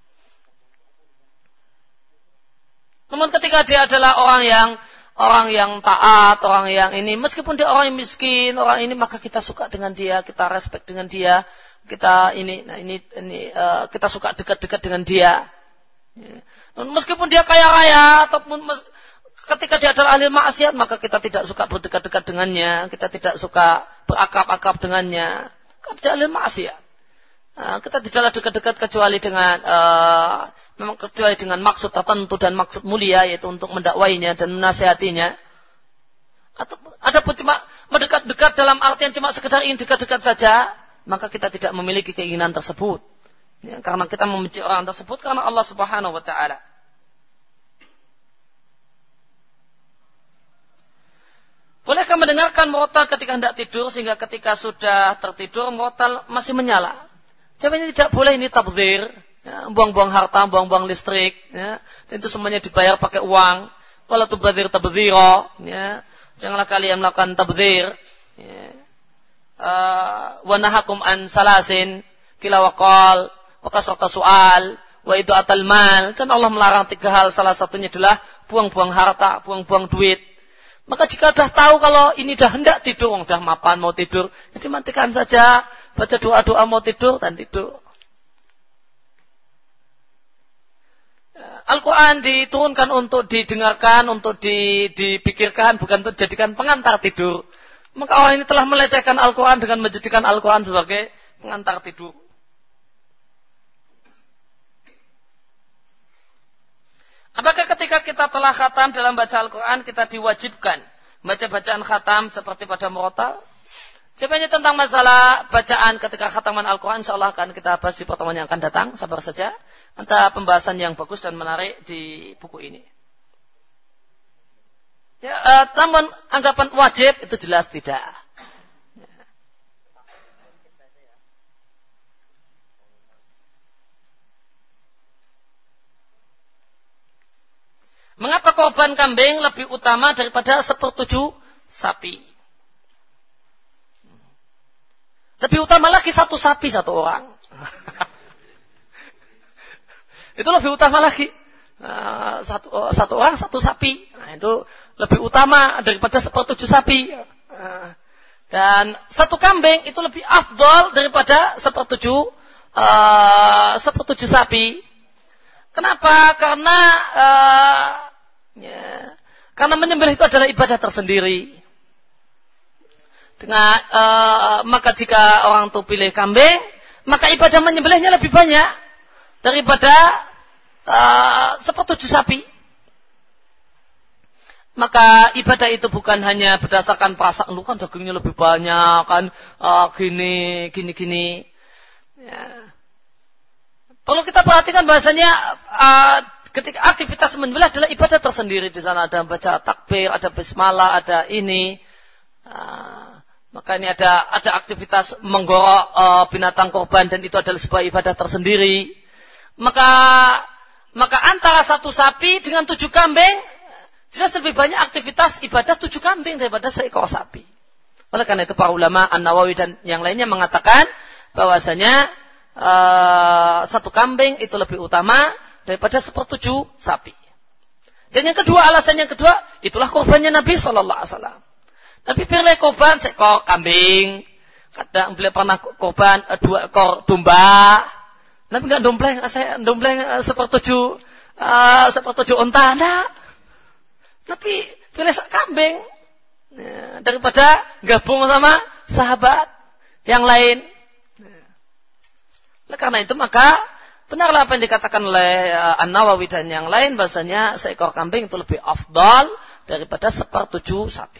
Namun ketika dia adalah orang yang taat, orang yang ini, meskipun dia orang yang miskin, orang ini, maka kita suka dengan dia, kita respect dengan dia, kita kita suka dekat-dekat dengan dia. Meskipun dia kaya raya ataupun ketika dia adalah ahli maksiat, maka kita tidak suka berdekat-dekat dengannya, kita tidak suka berakrab-akrab dengannya. Karena dia ahli maksiat. Kita tidaklah dekat-dekat kecuali dengan maksud tertentu dan maksud mulia, yaitu untuk mendakwainya dan menasihatinya. Atau ada pun cuma mendekat-dekat dalam artian cuma sekedar ingin dekat-dekat saja, maka kita tidak memiliki keinginan tersebut. Ya, karena kita membenci orang tersebut karena Allah Subhanahu wa taala. Bolehkah mendengarkan murotal ketika hendak tidur sehingga ketika sudah tertidur murotal masih menyala? Jawabannya tidak boleh, ini tabdzir. Ya, buang-buang harta, buang-buang listrik, ya, dan itu semuanya dibayar pakai uang. Wala tubadzir tabdzira, ya, janganlah kalian melakukan tabdzir. Ya. Wa nahakum an salasin kila waqal wa kasrata su'al wa idu'atal mal. Dan Allah melarang 3 hal, salah satunya adalah buang-buang harta, buang-buang duit. Maka jika sudah tahu kalau ini sudah hendak tidur, sudah mapan mau tidur, jadi matikan saja, baca doa-doa mau tidur dan tidur. Al-Quran diturunkan untuk didengarkan, untuk dipikirkan, bukan untuk dijadikan pengantar tidur. Maka orang ini telah melecehkan Al-Quran dengan menjadikan Al-Quran sebagai pengantar tidur. Apakah ketika kita telah khatam dalam baca Al-Quran, kita diwajibkan baca bacaan khatam seperti pada murotal? Jawabannya tentang masalah bacaan ketika khataman Al-Quran, insyaallah akan kita bahas di pertemuan yang akan datang. Sabar saja. Antara pembahasan yang bagus dan menarik di buku ini. Ya, namun anggapan wajib itu jelas tidak. Mengapa korban kambing lebih utama daripada 1/7 sapi? Lebih utama lagi 1 sapi 1 orang. Itu lebih utama lagi. Satu orang 1 sapi. Nah, itu lebih utama daripada 1/7 sapi. Dan 1 kambing itu lebih afdol daripada 1/7 sapi. Kenapa? Karena menyembelih itu adalah ibadah tersendiri. Maka jika orang itu pilih kambing, maka ibadah menyembelihnya lebih banyak daripada 1/7 sapi. Maka ibadah itu bukan hanya berdasarkan perasaan, lu kan dagingnya lebih banyak, kan gini. Ya. Perlu kita perhatikan bahasanya ketika aktivitas menyembelih adalah ibadah tersendiri. Di sana ada baca takbir, ada bismillah, ada ini. Maka ini ada aktivitas menggorok binatang korban dan itu adalah sebuah ibadah tersendiri. Maka antara 1 sapi dengan 7 kambing jelas lebih banyak aktivitas ibadah 7 kambing daripada seekor sapi. Oleh karena itu para ulama An-Nawawi dan yang lainnya mengatakan bahwasanya 1 kambing itu lebih utama daripada 1/7 sapi. Dan yang kedua, alasan yang kedua, itulah korbannya Nabi SAW. Nabi pilih korban seekor kambing. Kadang beliau pernah korban 2 ekor domba. Nabi nggak dompleng 1/7 unta, enggak. Nabi pilih kambing daripada gabung sama sahabat yang lain. Karena itu maka benarlah apa yang dikatakan oleh An-Nawawi dan yang lain bahasanya seekor kambing itu lebih afdal daripada 1/7 sapi.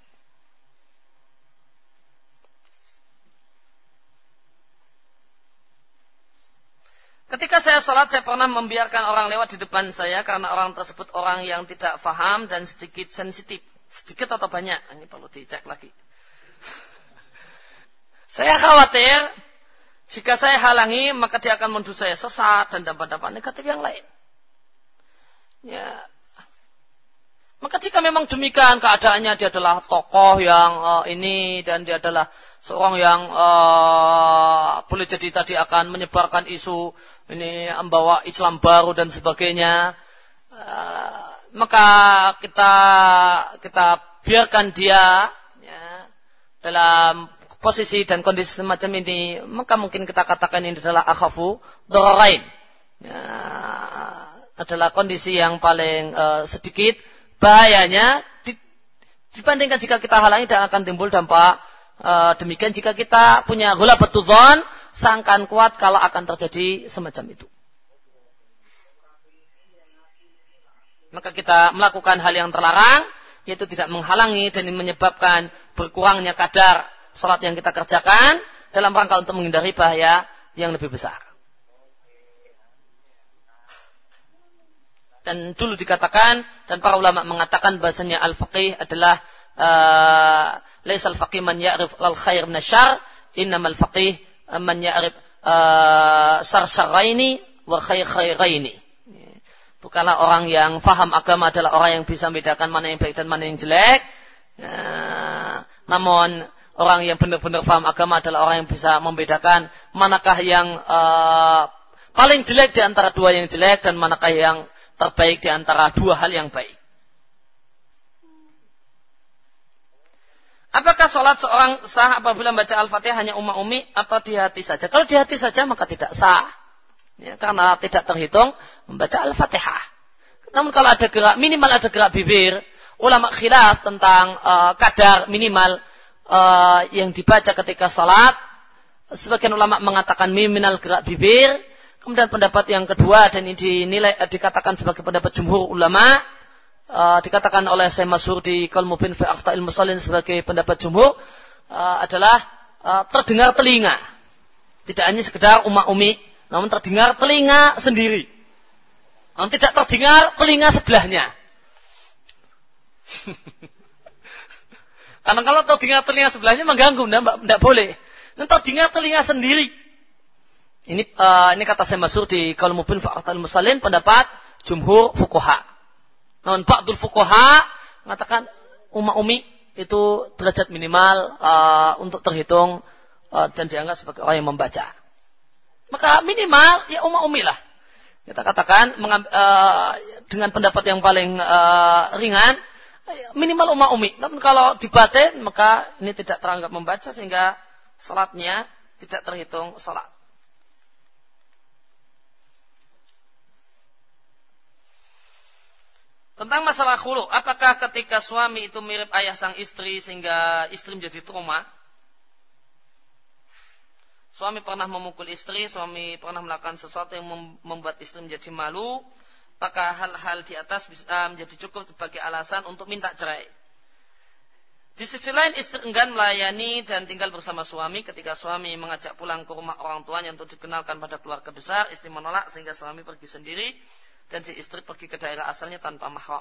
Ketika saya salat, saya pernah membiarkan orang lewat di depan saya karena orang tersebut orang yang tidak faham dan sedikit sensitif. Sedikit atau banyak? Ini perlu dicek lagi. Saya khawatir jika saya halangi maka dia akan menuduh saya sesat dan dampak-dampak negatif yang lain. Ya. Maka jika memang demikian keadaannya, dia adalah tokoh yang ini dan dia adalah seorang yang boleh jadi tadi akan menyebarkan isu ini membawa Islam baru dan sebagainya, maka kita biarkan dia ya, dalam posisi dan kondisi semacam ini, maka mungkin kita katakan ini adalah akhafu dararain, ya, adalah kondisi yang paling sedikit bahayanya dibandingkan jika kita halangi dan akan timbul dampak demikian jika kita punya ghalabatul dzan, sangkaan kuat kalau akan terjadi semacam itu. Maka kita melakukan hal yang terlarang, yaitu tidak menghalangi dan menyebabkan berkurangnya kadar salat yang kita kerjakan dalam rangka untuk menghindari bahaya yang lebih besar. Dan dulu dikatakan dan para ulama mengatakan bahasanya al-faqih adalah laisal faqih man ya'rif al-khair min asy-syarr, innamal faqih man ya'rif syarr-syarraini wa khair-khairaini. Bukanlah orang yang faham agama adalah orang yang bisa membedakan mana yang baik dan mana yang jelek. Namun orang yang benar-benar faham agama adalah orang yang bisa membedakan manakah yang paling jelek di antara dua yang jelek dan manakah yang terbaik di antara dua hal yang baik. Apakah sholat seorang sah apabila membaca Al-Fatihah hanya umma-ummi atau di hati saja? Kalau di hati saja maka tidak sah. Ya, karena tidak terhitung membaca Al-Fatihah. Namun kalau ada gerak, minimal ada gerak bibir, ulama khilaf tentang kadar minimal yang dibaca ketika sholat. Sebagian ulama mengatakan minimal gerak bibir. Kemudian pendapat yang kedua dan ini dinilai dikatakan sebagai pendapat jumhur ulama, dikatakan oleh Syekh Masyhur di Qaul Mubin fi Akhta'il Musallin sebagai pendapat jumhur adalah terdengar telinga. Tidak hanya sekedar umma-ummi, namun terdengar telinga sendiri. Namun tidak terdengar telinga sebelahnya. Karena kalau terdengar telinga sebelahnya mengganggu, tidak boleh. Namun terdengar telinga sendiri. Ini kata Syekh Masyhur di Qaul Mubin fi Akhta'il Musallin pendapat jumhur fuqaha. Namun ba'dul fuqaha mengatakan umma-ummi itu derajat minimal untuk terhitung dan dianggap sebagai orang yang membaca. Maka minimal ya umma-ummi lah. Kita katakan dengan pendapat yang paling ringan minimal umma-ummi. Namun kalau dibatin maka ini tidak teranggap membaca sehingga salatnya tidak terhitung salat. Tentang masalah khulu, apakah ketika suami itu mirip ayah sang istri sehingga istri menjadi trauma? Suami pernah memukul istri, suami pernah melakukan sesuatu yang membuat istri menjadi malu, apakah hal-hal di atas bisa menjadi cukup sebagai alasan untuk minta cerai? Di sisi lain istri enggan melayani dan tinggal bersama suami. Ketika suami mengajak pulang ke rumah orang tuanya untuk dikenalkan pada keluarga besar, istri menolak sehingga suami pergi sendiri dan si istri pergi ke daerah asalnya tanpa mahram.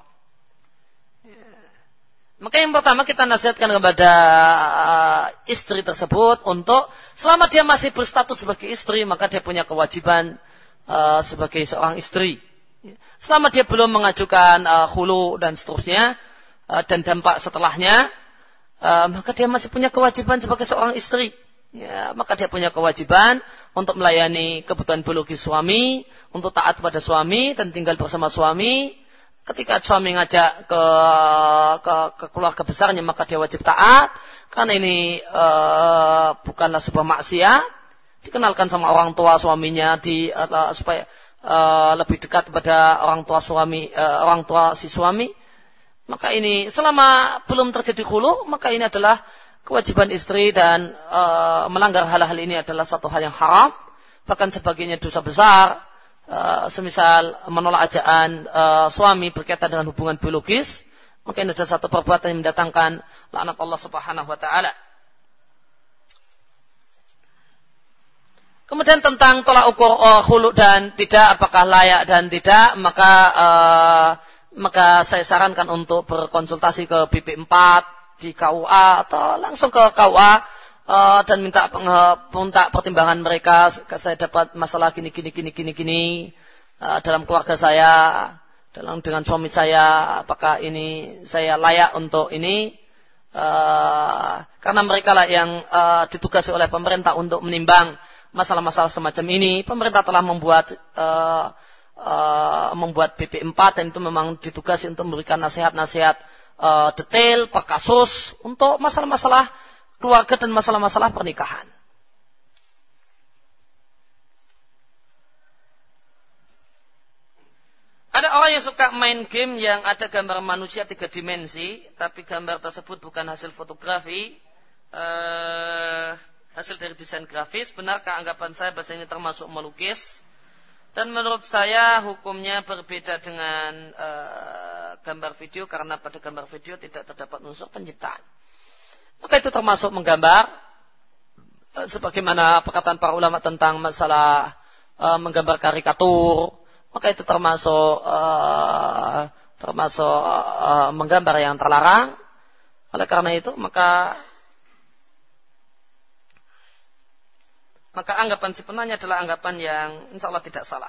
Maka yang pertama kita nasihatkan kepada istri tersebut untuk selama dia masih berstatus sebagai istri, maka dia punya kewajiban sebagai seorang istri. Selama dia belum mengajukan khulu dan seterusnya dan dampak setelahnya, maka dia masih punya kewajiban sebagai seorang istri. Ya, maka dia punya kewajiban untuk melayani kebutuhan biologis suami, untuk taat pada suami dan tinggal bersama suami. Ketika suami ngajak ke keluarga besarnya, maka dia wajib taat, karena ini bukanlah sebuah maksiat. Dikenalkan sama orang tua suaminya supaya lebih dekat kepada orang tua suami, orang tua si suami. Maka ini selama belum terjadi khulu, maka ini adalah kewajiban istri dan melanggar hal-hal ini adalah satu hal yang haram, bahkan sebagainya dosa besar, semisal menolak ajakan suami berkaitan dengan hubungan biologis, maka ini adalah satu perbuatan yang mendatangkan laknat Allah Subhanahu wa taala. Kemudian tentang tolak ukur khulu dan tidak, apakah layak dan tidak, maka saya sarankan untuk berkonsultasi ke BP4 di KUA atau langsung ke KUA dan minta pertimbangan mereka. Saya dapat masalah gini dalam keluarga saya, dengan suami saya, apakah ini saya layak untuk ini? Karena mereka lah yang ditugasi oleh pemerintah untuk menimbang masalah-masalah semacam ini. Pemerintah telah membuat BP4 dan itu memang ditugasi untuk memberikan nasihat-nasihat detail per kasus untuk masalah-masalah keluarga dan masalah-masalah pernikahan. Ada orang yang suka main game yang ada gambar manusia 3 dimensi, tapi gambar tersebut bukan hasil fotografi, hasil dari desain grafis. Benarkah anggapan saya bahasanya termasuk melukis? Dan menurut saya hukumnya berbeda dengan gambar video, karena pada gambar video tidak terdapat unsur penciptaan. Maka itu termasuk menggambar, sebagaimana perkataan para ulama tentang masalah menggambar karikatur. Maka itu termasuk menggambar yang terlarang. Oleh karena itu maka anggapan si penanya adalah anggapan yang insya Allah tidak salah.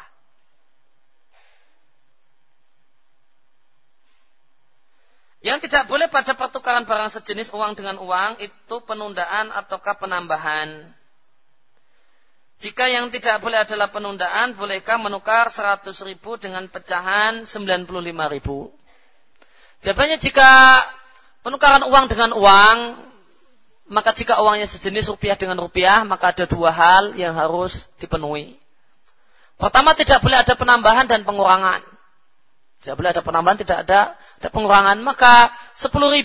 Yang tidak boleh pada pertukaran barang sejenis uang dengan uang itu penundaan ataukah penambahan. Jika yang tidak boleh adalah penundaan, bolehkah menukar 100.000 dengan pecahan 95.000? Jawabannya, jika penukaran uang dengan uang, maka jika uangnya sejenis rupiah dengan rupiah, maka ada 2 hal yang harus dipenuhi. Pertama, tidak boleh ada penambahan dan pengurangan. Tidak boleh ada penambahan, tidak ada pengurangan. Maka 10.000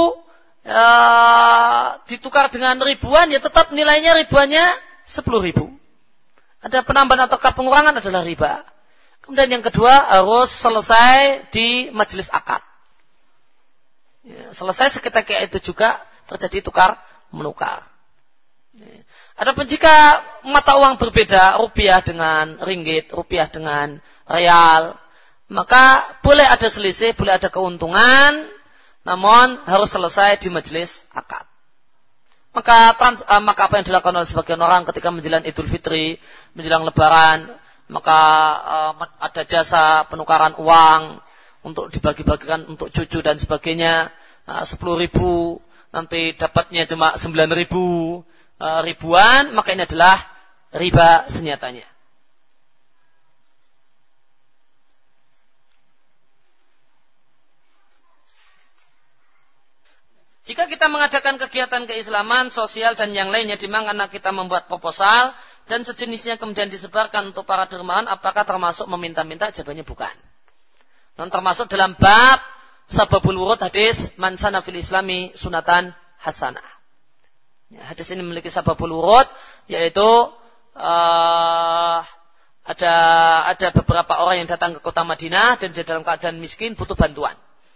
ditukar dengan ribuan, ya tetap nilainya ribuannya 10.000. Ada penambahan ataukah pengurangan adalah riba. Kemudian yang kedua, harus selesai di majelis akad. Ya, selesai seketika itu juga terjadi tukar menukar. Ya. Adapun jika mata uang berbeda, rupiah dengan ringgit, rupiah dengan real, maka boleh ada selisih, boleh ada keuntungan, namun harus selesai di majelis akad. Maka apa yang dilakukan oleh sebagian orang ketika menjelang Idul Fitri, menjelang Lebaran, maka ada jasa penukaran uang untuk dibagi-bagikan untuk cucu dan sebagainya, 10.000, nanti dapatnya cuma 9.000 ribuan, maka ini adalah riba senyatanya. Jika kita mengadakan kegiatan keislaman, sosial dan yang lainnya, di mana kita membuat proposal dan sejenisnya kemudian disebarkan untuk para dermawan, apakah termasuk meminta-minta? Jawabannya bukan. Dan termasuk dalam bab sababul wurud hadis man sana fil islami sunatan hasanah. Ya, hadis ini memiliki sababul wurud, yaitu ada beberapa orang yang datang ke kota Madinah dan dia dalam keadaan miskin butuh bantuan.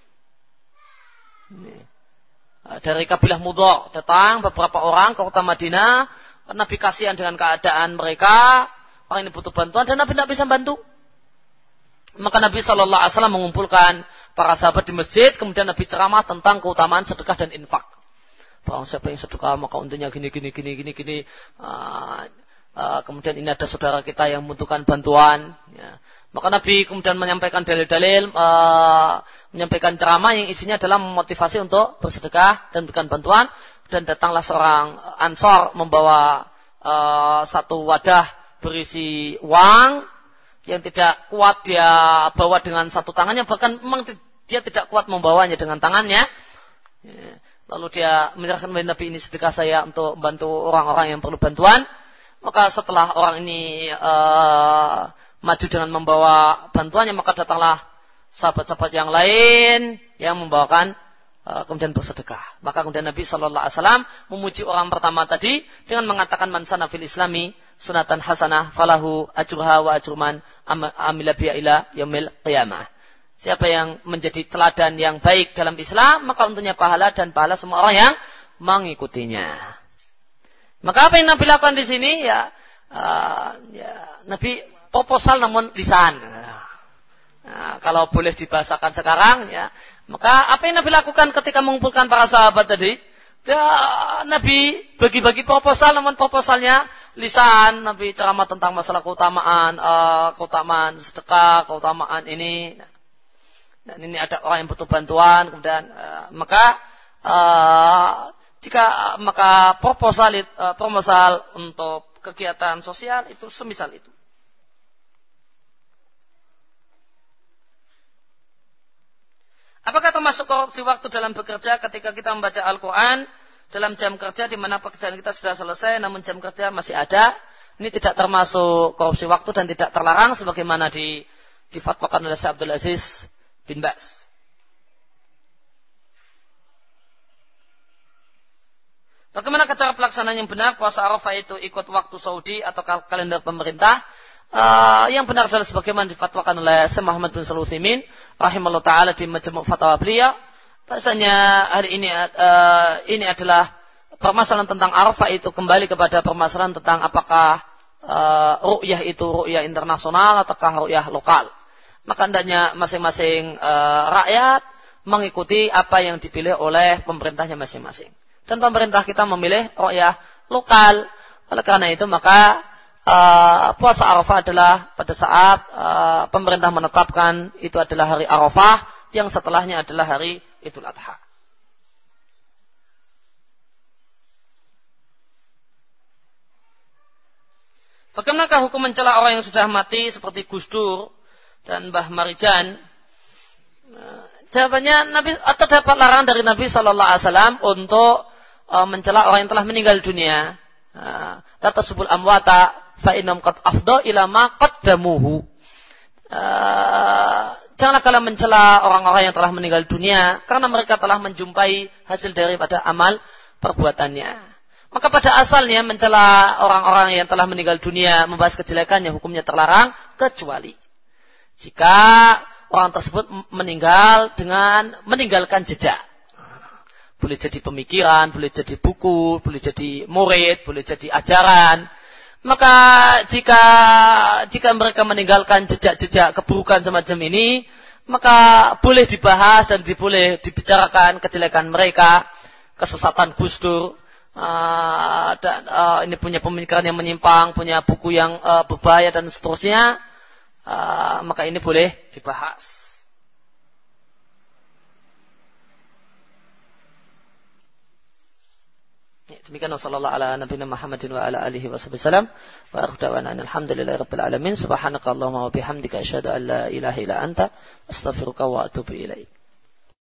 Dari kabilah Mudhar datang beberapa orang ke kota Madinah. Nabi kasihan dengan keadaan mereka, orang ini butuh bantuan dan Nabi tidak bisa bantu. Maka Nabi SAW mengumpulkan para sahabat di masjid, kemudian Nabi ceramah tentang keutamaan sedekah dan infak. Barang siapa yang sedekah maka untungnya gini. Kemudian ini ada saudara kita yang membutuhkan bantuan. Ya. Maka Nabi kemudian menyampaikan dalil-dalil, menyampaikan ceramah yang isinya adalah memotivasi untuk bersedekah dan berikan bantuan. Dan datanglah seorang Ansor membawa satu wadah berisi uang yang tidak kuat dia bawa dengan satu tangannya, bahkan memang dia tidak kuat membawanya dengan tangannya. Ya. Lalu dia menyerahkan kepada Nabi, ini sedekah saya untuk membantu orang-orang yang perlu bantuan. Maka setelah orang ini maju dengan membawa bantuannya, maka datanglah sahabat-sahabat yang lain yang membawakan kemudian bersedekah. Maka kemudian Nabi SAW memuji orang pertama tadi dengan mengatakan man sana fil islami sunatan hasanah falahu ajruha wa ajruman amila biha ila yaumil qiyamah. Siapa yang menjadi teladan yang baik dalam Islam, maka untuknya pahala dan pahala semua orang yang mengikutinya. Maka apa yang Nabi lakukan di sini? Ya Nabi proposal namun lisan. Nah, kalau boleh dibahasakan sekarang, ya, maka apa yang Nabi lakukan ketika mengumpulkan para sahabat tadi? Ya, Nabi bagi-bagi proposal, namun proposalnya lisan. Nabi ceramah tentang masalah keutamaan sedekah, keutamaan ini. Dan ini ada orang yang butuh bantuan, kemudian maka proposal untuk kegiatan sosial itu semisal itu. Apakah termasuk korupsi waktu dalam bekerja ketika kita membaca Al-Quran dalam jam kerja di mana pekerjaan kita sudah selesai namun jam kerja masih ada? Ini tidak termasuk korupsi waktu dan tidak terlarang sebagaimana difatwakan oleh Syekh Abdul Aziz bin Baz. Bagaimana cara pelaksanaan yang benar puasa Arafah itu ikut waktu Saudi atau kalender pemerintah? Yang benar adalah sebagaimana difatwakan oleh Syekh Muhammad bin Shalih Al Utsaimin rahimahullah taala di Majmu' Fatwa beliau. Bahasanya hari ini adalah permasalahan tentang Arafah itu kembali kepada permasalahan tentang apakah ru'yah itu ru'yah internasional ataukah ru'yah lokal. Maka hendaknya masing-masing rakyat mengikuti apa yang dipilih oleh pemerintahnya masing-masing. Dan pemerintah kita memilih ru'yah lokal. Oleh karena itu maka puasa Arafah adalah pada saat pemerintah menetapkan itu adalah hari Arafah, yang setelahnya adalah hari Idul Adha. Bagaimanakah hukum mencela orang yang sudah mati seperti Gus Dur dan Mbah Marijan? Jawabannya terdapat larangan dari Nabi Sallallahu Alaihi Wasallam untuk mencela orang yang telah meninggal dunia. La tasubul amwata fa innahum qad afdha ila ma qaddamuhu. Janganlah kalian mencela orang-orang yang telah meninggal dunia karena mereka telah menjumpai hasil daripada amal perbuatannya. Maka pada asalnya mencela orang-orang yang telah meninggal dunia, membahas kejelekannya, hukumnya terlarang kecuali jika orang tersebut meninggal dengan meninggalkan jejak. Boleh jadi pemikiran, boleh jadi buku, boleh jadi murid, boleh jadi ajaran. Maka jika mereka meninggalkan jejak-jejak keburukan semacam ini, maka boleh dibahas dan boleh dibicarakan kejelekan mereka, kesesatan Gus Dur, dan ini punya pemikiran yang menyimpang, punya buku yang berbahaya dan seterusnya, maka ini boleh dibahas. Demikian sallallahu ala nabiyina Muhammadin wa ala alihi wasallam wa akhiru da'wana alhamdulillahirabbil alamin subhanakallahumma wa bihamdika asyhadu an la ilaha illa anta astaghfiruka wa atubu ilaik.